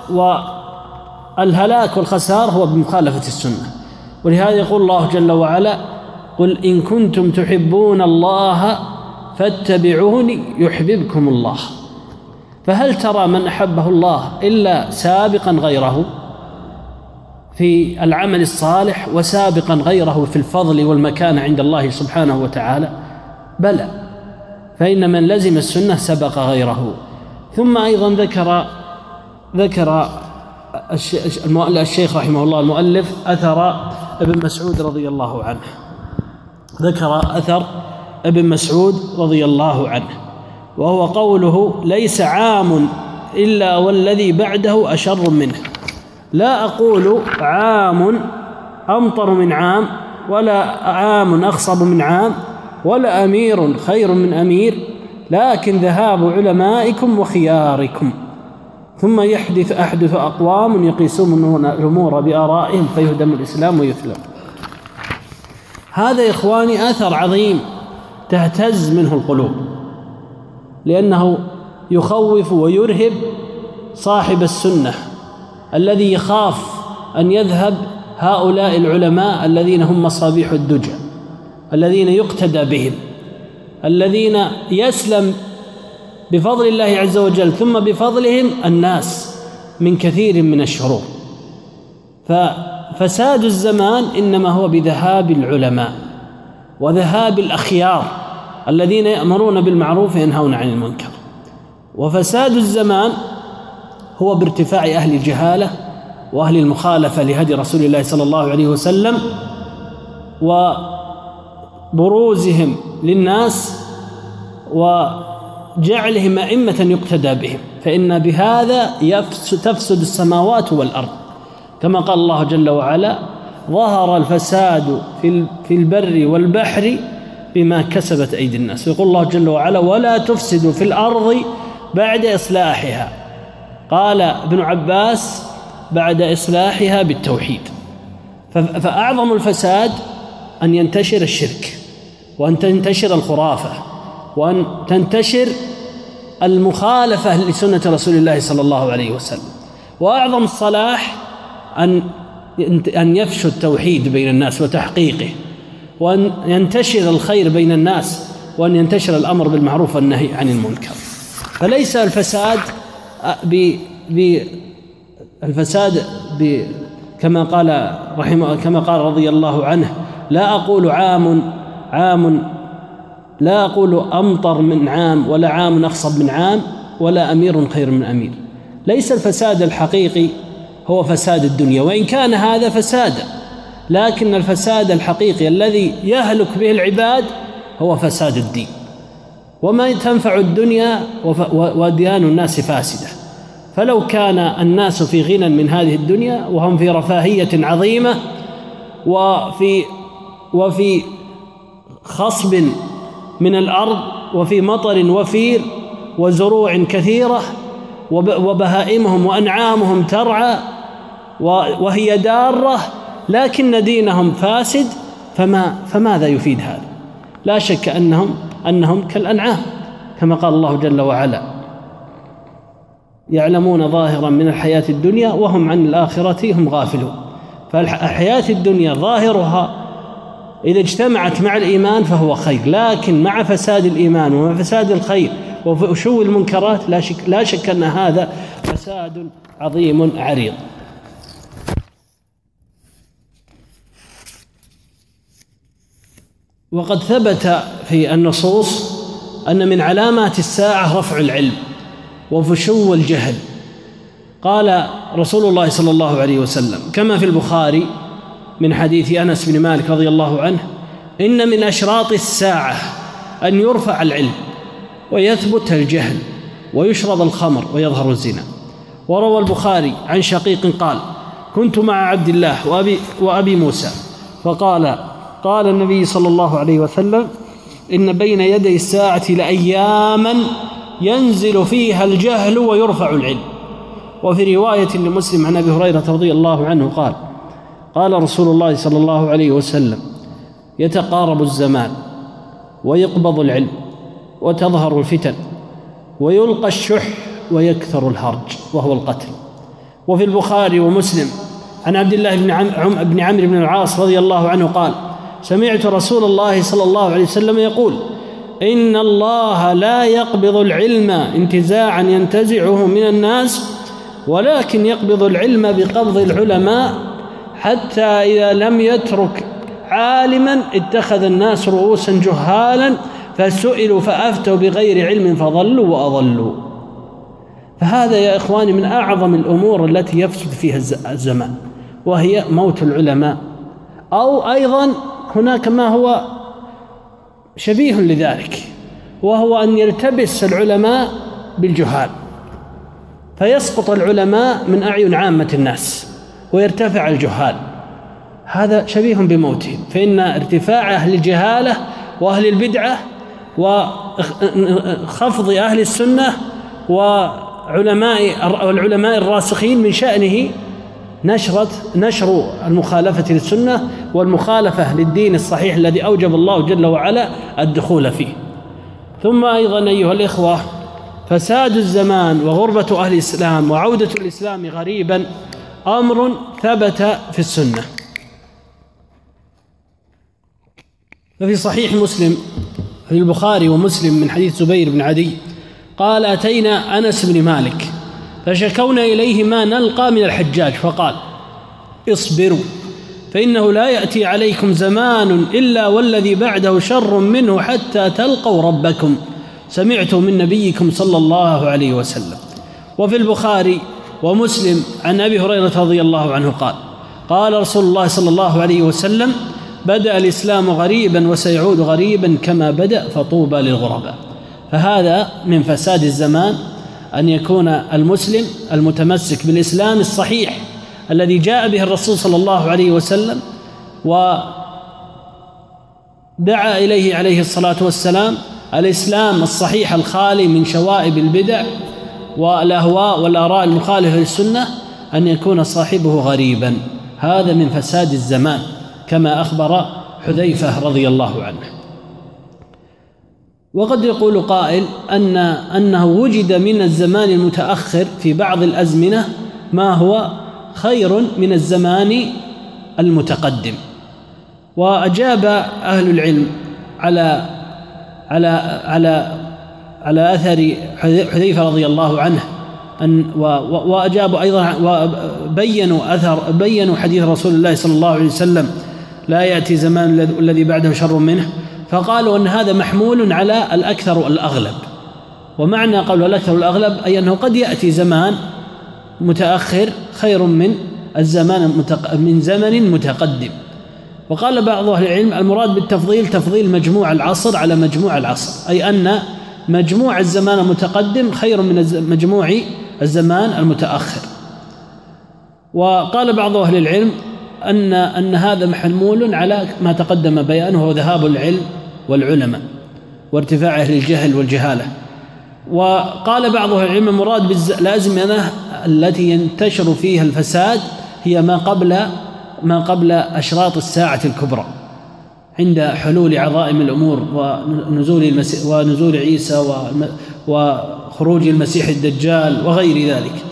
[SPEAKER 1] والهلاك والخسار هو بمخالفة السنة. ولهذا يقول الله جل وعلا: قل إن كنتم تحبون الله فاتبعوني يحببكم الله. فهل ترى من أحبه الله إلا سابقا غيره في العمل الصالح وسابقا غيره في الفضل والمكانة عند الله سبحانه وتعالى؟ بلى، فإن من لزم السنة سبق غيره. ثم أيضا ذكر ذكر الشيخ رحمه الله المؤلف أثر ابن مسعود رضي الله عنه، ذكر أثر ابن مسعود رضي الله عنه، وهو قوله: ليس عام إلا والذي بعده أشر منه. لا أقول عام أمطر من عام، ولا عام أخصب من عام، ولا أمير خير من أمير، لكن ذهاب علمائكم وخياركم. ثم يحدث أحدث أقوام يقيسون الأمور بآرائهم فيهدم الإسلام ويثلم. هذا يا إخواني أثر عظيم تهتز منه القلوب، لأنه يخوف ويرهب صاحب السنة الذي يخاف أن يذهب هؤلاء العلماء الذين هم مصابيح الدجى، الذين يقتدى بهم، الذين يسلم بفضل الله عز وجل ثم بفضلهم الناس من كثير من الشرور. ففساد الزمان إنما هو بذهاب العلماء وذهاب الأخيار الذين يأمرون بالمعروف وينهون عن المنكر. وفساد الزمان هو بارتفاع أهل الجهالة وأهل المخالفة لهدي رسول الله صلى الله عليه وسلم وبروزهم للناس وجعلهم أئمة يقتدى بهم، فإن بهذا تفسد السماوات والأرض، كما قال الله جل وعلا: ظهر الفساد في البر والبحر بما كسبت أيدي الناس. ويقول الله جل وعلا: ولا تفسدوا في الأرض بعد إصلاحها. قال ابن عباس: بعد إصلاحها بالتوحيد. فأعظم الفساد أن ينتشر الشرك، وأن تنتشر الخرافة، وأن تنتشر المخالفة لسنة رسول الله صلى الله عليه وسلم. وأعظم الصلاح أن أن يفشو التوحيد بين الناس وتحقيقه، وأن ينتشر الخير بين الناس، وأن ينتشر الأمر بالمعروف والنهي عن المنكر. فليس الفساد ب الفساد ب كما قال رحمه كما قال رضي الله عنه: لا أقول عام عام لا أقول أمطر من عام، ولا عام أخصب من عام، ولا أمير خير من أمير. ليس الفساد الحقيقي هو فساد الدنيا، وإن كان هذا فسادا، لكن الفساد الحقيقي الذي يهلك به العباد هو فساد الدين. وما تنفع الدنيا وديان الناس فاسدة. فلو كان الناس في غنى من هذه الدنيا وهم في رفاهية عظيمة وفي وفي خصب من الأرض وفي مطر وفير وزروع كثيرة وبهائمهم وأنعامهم ترعى وهي دارة، لكن دينهم فاسد، فما فماذا يفيد هذا؟ لا شك أنهم أنهم كالأنعام، كما قال الله جل وعلا: يعلمون ظاهرا من الحياة الدنيا وهم عن الآخرة هم غافلون. فالحياة الدنيا ظاهرها إذا اجتمعت مع الإيمان فهو خير، لكن مع فساد الإيمان ومع فساد الخير وشو المنكرات لا شك, لا شك أن هذا فساد عظيم عريض. وقد ثبت في النصوص أن من علامات الساعة رفع العلم وفشو الجهل. قال رسول الله صلى الله عليه وسلم كما في البخاري من حديث أنس بن مالك رضي الله عنه: إن من أشراط الساعة أن يرفع العلم ويثبت الجهل ويشرب الخمر ويظهر الزنا. وروى البخاري عن شقيق قال: كنت مع عبد الله وأبي, وأبي موسى فقال: قال النبي صلى الله عليه وسلم: إن بين يدي الساعة لأياما ينزل فيها الجهل ويرفع العلم. وفي رواية لمسلم عن أبي هريرة رضي الله عنه قال: قال رسول الله صلى الله عليه وسلم: يتقارب الزمان ويقبض العلم وتظهر الفتن ويلقى الشح ويكثر الهرج وهو القتل. وفي البخاري ومسلم عن عبد الله بن عم بن عمرو بن العاص رضي الله عنه قال: سمعت رسول الله صلى الله عليه وسلم يقول: إن الله لا يقبض العلم انتزاعا ينتزعه من الناس، ولكن يقبض العلم بقبض العلماء، حتى إذا لم يترك عالما اتخذ الناس رؤوسا جهالا فسئلوا فأفتوا بغير علم فضلوا وأضلوا. فهذا يا إخواني من أعظم الأمور التي يفسد فيها الزمان، وهي موت العلماء. أو أيضا هناك ما هو شبيه لذلك، وهو أن يلتبس العلماء بالجهال فيسقط العلماء من أعين عامة الناس ويرتفع الجهال. هذا شبيه بموتهم، فإن ارتفاع أهل الجهالة وأهل البدعة وخفض أهل السنة وعلماء والعلماء الراسخين من شأنه نشرة نشر المخالفة للسنة والمخالفة للدين الصحيح الذي أوجب الله جل وعلا الدخول فيه. ثم أيضا أيها الإخوة، فساد الزمان وغربة أهل الإسلام وعودة الإسلام غريبا أمر ثبت في السنة. ففي صحيح مسلم في البخاري ومسلم من حديث زبير بن عدي قال: أتينا أنس بن مالك فشكونا إليه ما نلقى من الحجاج، فقال: اصبروا فإنه لا يأتي عليكم زمان إلا والذي بعده شر منه حتى تلقوا ربكم، سمعت من نبيكم صلى الله عليه وسلم. وفي البخاري ومسلم عن أبي هريرة رضي الله عنه قال: قال رسول الله صلى الله عليه وسلم: بدأ الإسلام غريبا وسيعود غريبا كما بدأ فطوبى للغرباء. فهذا من فساد الزمان أن يكون المسلم المتمسك بالإسلام الصحيح الذي جاء به الرسول صلى الله عليه وسلم ودعا إليه عليه الصلاة والسلام، الإسلام الصحيح الخالي من شوائب البدع والأهواء والآراء المخالفة للسنة، أن يكون صاحبه غريبا. هذا من فساد الزمان كما أخبر حذيفة رضي الله عنه. وقد يقول قائل أن أنه وجد من الزمان المتأخر في بعض الأزمنة ما هو خير من الزمان المتقدم. وأجاب أهل العلم على على على على أثر حذيفة رضي الله عنه أن وأجابوا أيضا وبينوا أثر بينوا حديث رسول الله صلى الله عليه وسلم: لا يأتي زمان الذي بعده شر منه. فقالوا أن هذا محمول على الأكثر والأغلب. ومعنى قول الأكثر والأغلب أي أنه قد يأتي زمان متأخر خير من الزمان من زمن متقدم. وقال بعض أهل العلم: المراد بالتفضيل تفضيل مجموع العصر على مجموع العصر، أي أن مجموع الزمان المتقدم خير من مجموع الزمان المتأخر. وقال بعض أهل العلم أن أن هذا محمول على ما تقدم بيانه، وهو ذهاب العلم والعلماء وارتفاع أهل الجهل والجهالة. وقال بعض أهل العلم المراد بالأزمنة التي ينتشر فيها الفساد هي ما قبل ما قبل أشراط الساعة الكبرى، عند حلول عظائم الأمور ونزول المسيح ونزول عيسى وخروج المسيح الدجال وغير ذلك.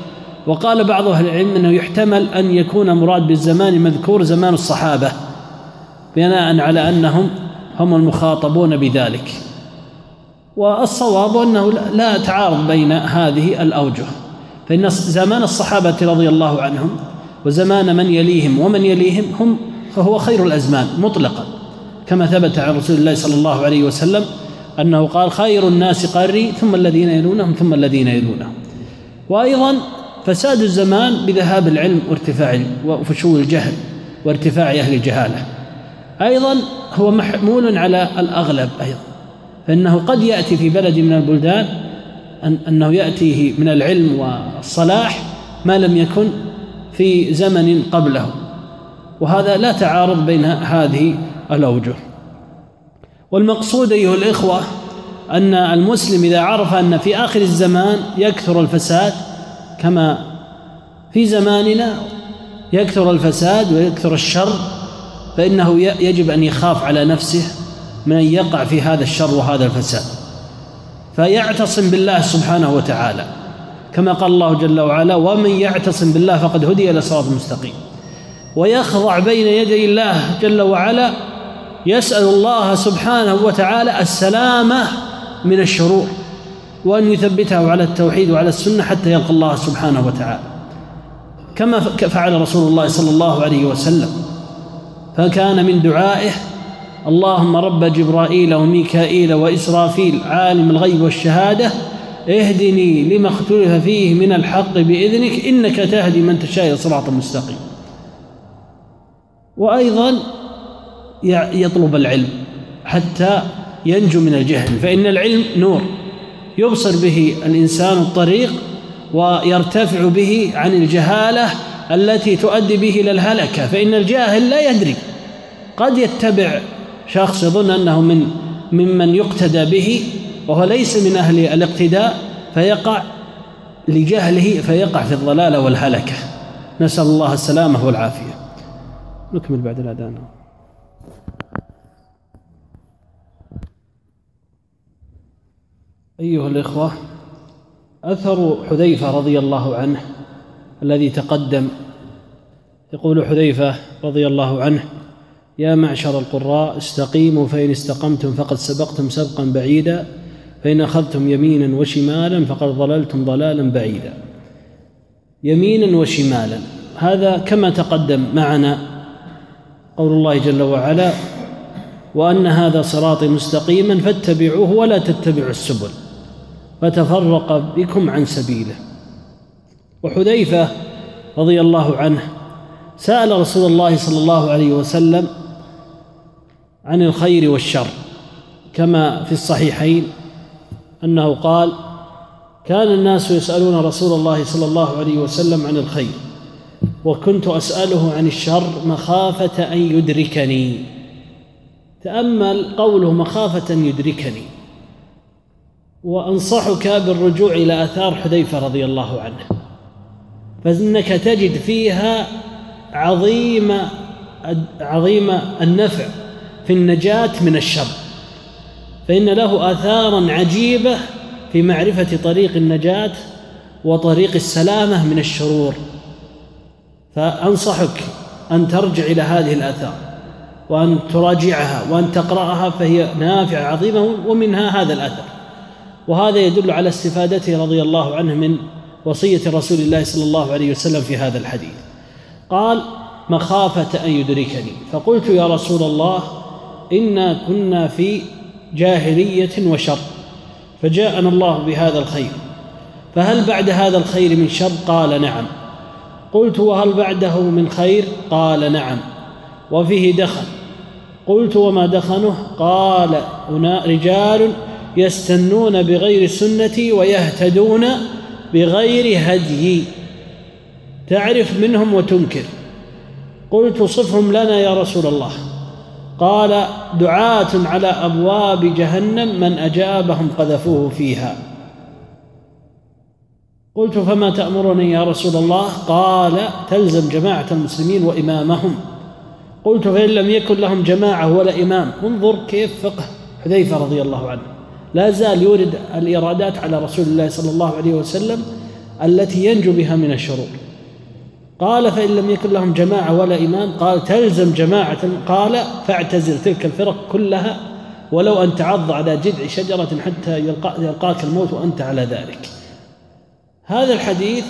[SPEAKER 1] وقال بعض أهل العلم أنه يحتمل أن يكون مراد بالزمان مذكور زمان الصحابة بناء على أنهم هم المخاطبون بذلك. والصواب أنه لا تعارض بين هذه الأوجه، فإن زمان الصحابة رضي الله عنهم وزمان من يليهم ومن يليهم هم فهو خير الأزمان مطلقا، كما ثبت عن رسول الله صلى الله عليه وسلم أنه قال خير الناس قرني ثم الذين يلونهم ثم الذين يلونهم. وأيضا فساد الزمان بذهاب العلم وارتفاع وفشو الجهل وارتفاع أهل الجهالة، أيضا هو محمول على الأغلب أيضا، فإنه قد يأتي في بلد من البلدان أن أنه يأتيه من العلم والصلاح ما لم يكن في زمن قبله، وهذا لا تعارض بين هذه الأوجه. والمقصود أيها الإخوة أن المسلم إذا عرف أن في آخر الزمان يكثر الفساد كما في زماننا يكثر الفساد ويكثر الشر، فإنه يجب أن يخاف على نفسه من أن يقع في هذا الشر وهذا الفساد، فيعتصم بالله سبحانه وتعالى كما قال الله جل وعلا ومن يعتصم بالله فقد هدي إلى صراط مستقيم، ويخضع بين يدي الله جل وعلا يسأل الله سبحانه وتعالى السلامة من الشرور وأن يثبته على التوحيد وعلى السنة حتى يلقى الله سبحانه وتعالى، كما فعل رسول الله صلى الله عليه وسلم، فكان من دعائه اللهم رب جبرائيل وميكائيل وإسرافيل عالم الغيب والشهادة اهدني لما اختلف فيه من الحق بإذنك إنك تهدي من تشاء إلى صراط مستقيم. وأيضا يطلب العلم حتى ينجو من الجهل، فإن العلم نور يبصر به الإنسان الطريق ويرتفع به عن الجهالة التي تؤدي به إلى الهلكة، فإن الجاهل لا يدري، قد يتبع شخص يظن أنه من ممن يقتدى به وهو ليس من أهل الاقتداء فيقع لجهله فيقع في الضلال والهلكة، نسأل الله السلامة والعافية. نكمل بعد الأذان. أيها الإخوة، أثر حذيفة رضي الله عنه الذي تقدم، يقول حذيفة رضي الله عنه يا معشر القراء استقيموا فإن استقمتم فقد سبقتم سبقا بعيدا فإن أخذتم يمينا وشمالا فقد ضللتم ضلالا بعيدا. يمينا وشمالا هذا كما تقدم معنا قول الله جل وعلا وأن هذا صراطي مستقيما فاتبعوه ولا تتبعوا السبل فتفرق بكم عن سبيله. وحذيفة رضي الله عنه سأل رسول الله صلى الله عليه وسلم عن الخير والشر، كما في الصحيحين أنه قال كان الناس يسألون رسول الله صلى الله عليه وسلم عن الخير وكنت أسأله عن الشر مخافة أن يدركني. تأمل قوله مخافة أن يدركني، وأنصحك بالرجوع إلى آثار حذيفة رضي الله عنه، فإنك تجد فيها عظيم عظيم النفع في النجاة من الشر، فإن له آثاراً عجيبة في معرفة طريق النجاة وطريق السلامة من الشرور. فأنصحك أن ترجع إلى هذه الآثار وأن تراجعها وأن تقرأها، فهي نافعة عظيمة، ومنها هذا الأثر. وهذا يدل على استفادته رضي الله عنه من وصية رسول الله صلى الله عليه وسلم في هذا الحديث. قال مخافة أن يدركني، فقلت يا رسول الله إنا كنا في جاهلية وشر فجاءنا الله بهذا الخير، فهل بعد هذا الخير من شر؟ قال نعم. قلت وهل بعده من خير؟ قال نعم وفيه دخن. قلت وما دخنه؟ قال هنا رجال يستنون بغير سنتي ويهتدون بغير هدي تعرف منهم وتنكر. قلت صفهم لنا يا رسول الله. قال دعاة على أبواب جهنم من أجابهم قذفوه فيها. قلت فما تأمرني يا رسول الله؟ قال تلزم جماعة المسلمين وإمامهم. قلت فإن لم يكن لهم جماعة ولا إمام. انظر كيف فقه حذيفة رضي الله عنه، لا زال يورد الإرادات على رسول الله صلى الله عليه وسلم التي ينجو بها من الشرور. قال فإن لم يكن لهم جماعة ولا إمام قال تلزم جماعة، قال فاعتزل تلك الفرق كلها ولو أن تعض على جذع شجرة حتى يلقاك الموت وأنت على ذلك. هذا الحديث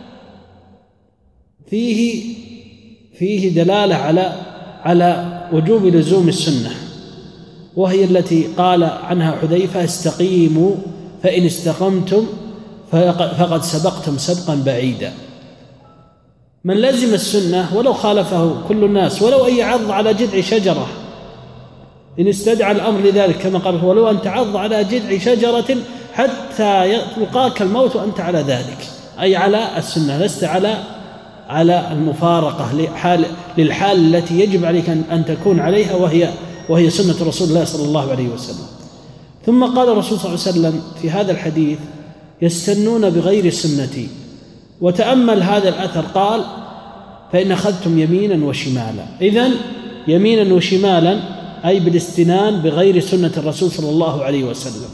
[SPEAKER 1] فيه فيه دلالة على على وجوب لزوم السنة، وهي التي قال عنها حذيفة استقيموا فإن استقمتم فقد سبقتم سبقا بعيدا. من لزم السنة ولو خالفه كل الناس ولو أن يعض على جذع شجرة إن استدعى الأمر لذلك، كما قال ولو أن تعض على جذع شجرة حتى يلقاك الموت وأنت على ذلك، أي على السنة، لست على على المفارقة لحال للحال التي يجب عليك أن تكون عليها، وهي وهي سنة رسول الله صلى الله عليه وسلم. ثم قال الرسول صلى الله عليه وسلم في هذا الحديث يستنون بغير سنتي، وتأمل هذا الأثر قال فإن أخذتم يمينا وشمالا. إذن يمينا وشمالا أي بالاستنان بغير سنة الرسول صلى الله عليه وسلم.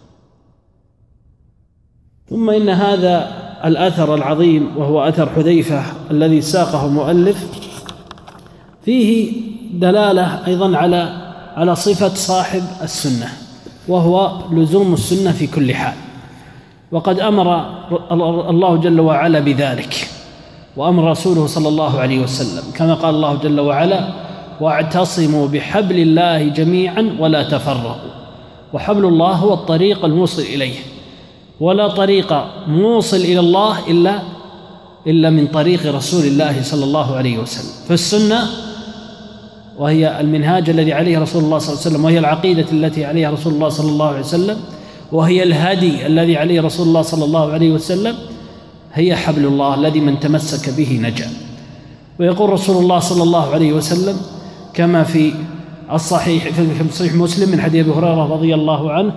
[SPEAKER 1] ثم إن هذا الأثر العظيم وهو أثر حذيفة الذي ساقه المؤلف فيه دلالة أيضا على على صفة صاحب السنة، وهو لزوم السنة في كل حال. وقد أمر الله جل وعلا بذلك، وأمر رسوله صلى الله عليه وسلم كما قال الله جل وعلا واعتصموا بحبل الله جميعا ولا تفرقوا. وحبل الله هو الطريق الموصل إليه، ولا طريق موصل إلى الله إلا إلا من طريق رسول الله صلى الله عليه وسلم. فالسنة وهي المنهاج الذي عليه رسول الله صلى الله عليه وسلم، وهي العقيدة التي عليها رسول الله صلى الله عليه وسلم، وهي الهدي الذي عليه رسول الله صلى الله عليه وسلم، هي حبل الله الذي من تمسك به نجا. ويقول رسول الله صلى الله عليه وسلم كما في الصحيح في صحيح مسلم من حديث أبي هريرة رضي الله عنه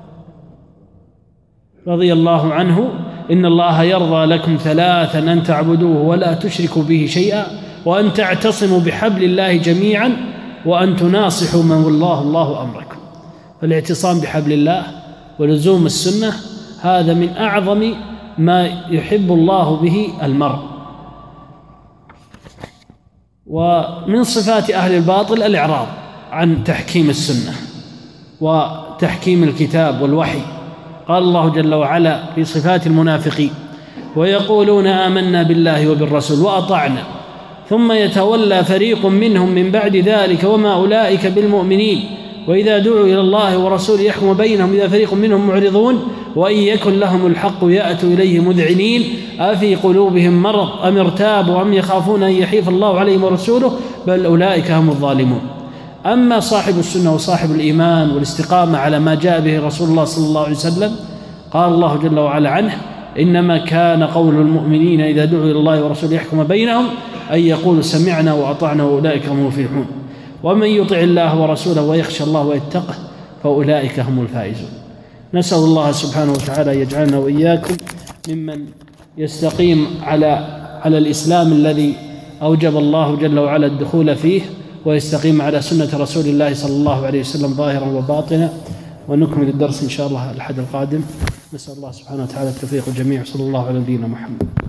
[SPEAKER 1] رضي الله عنه إن الله يرضى لكم ثلاثا أن تعبدوه ولا تشركوا به شيئا وأن تعتصموا بحبل الله جميعا وأن تناصحوا من والله الله أمركم. فالاعتصام بحبل الله ولزوم السنة هذا من أعظم ما يحب الله به المرء. ومن صفات أهل الباطل الإعراض عن تحكيم السنة وتحكيم الكتاب والوحي. قال الله جل وعلا في صفات المنافقين ويقولون آمنا بالله وبالرسول وأطعنا ثم يتولى فريق منهم من بعد ذلك وما أولئك بالمؤمنين وإذا دعوا إلى الله ورسوله يحكم بينهم إذا فريق منهم معرضون وإن يكن لهم الحق يأتوا إليه مذعنين أفي قلوبهم مرض أم ارتابوا أم يخافون أن يحيف الله عليهم ورسوله بل أولئك هم الظالمون. أما صاحب السنة وصاحب الإيمان والاستقامة على ما جاء به رسول الله صلى الله عليه وسلم قال الله جل وعلا عنه إنما كان قول المؤمنين إذا دعوا إلى الله ورسوله يحكم بينهم أن يقولوا سمعنا وأطعنا وأولئك هم المفلحون ومن يطع الله ورسوله ويخشى الله ويتقه فأولئك هم الفائزون. نسأل الله سبحانه وتعالى أن يجعلنا وإياكم ممن يستقيم على على الإسلام الذي أوجب الله جل وعلا الدخول فيه ويستقيم على سنة رسول الله صلى الله عليه وسلم ظاهرا وباطنا. ونكمل الدرس إن شاء الله الأحد القادم. نسأل الله سبحانه وتعالى التوفيق الجميع. صلى الله على نبينا محمد.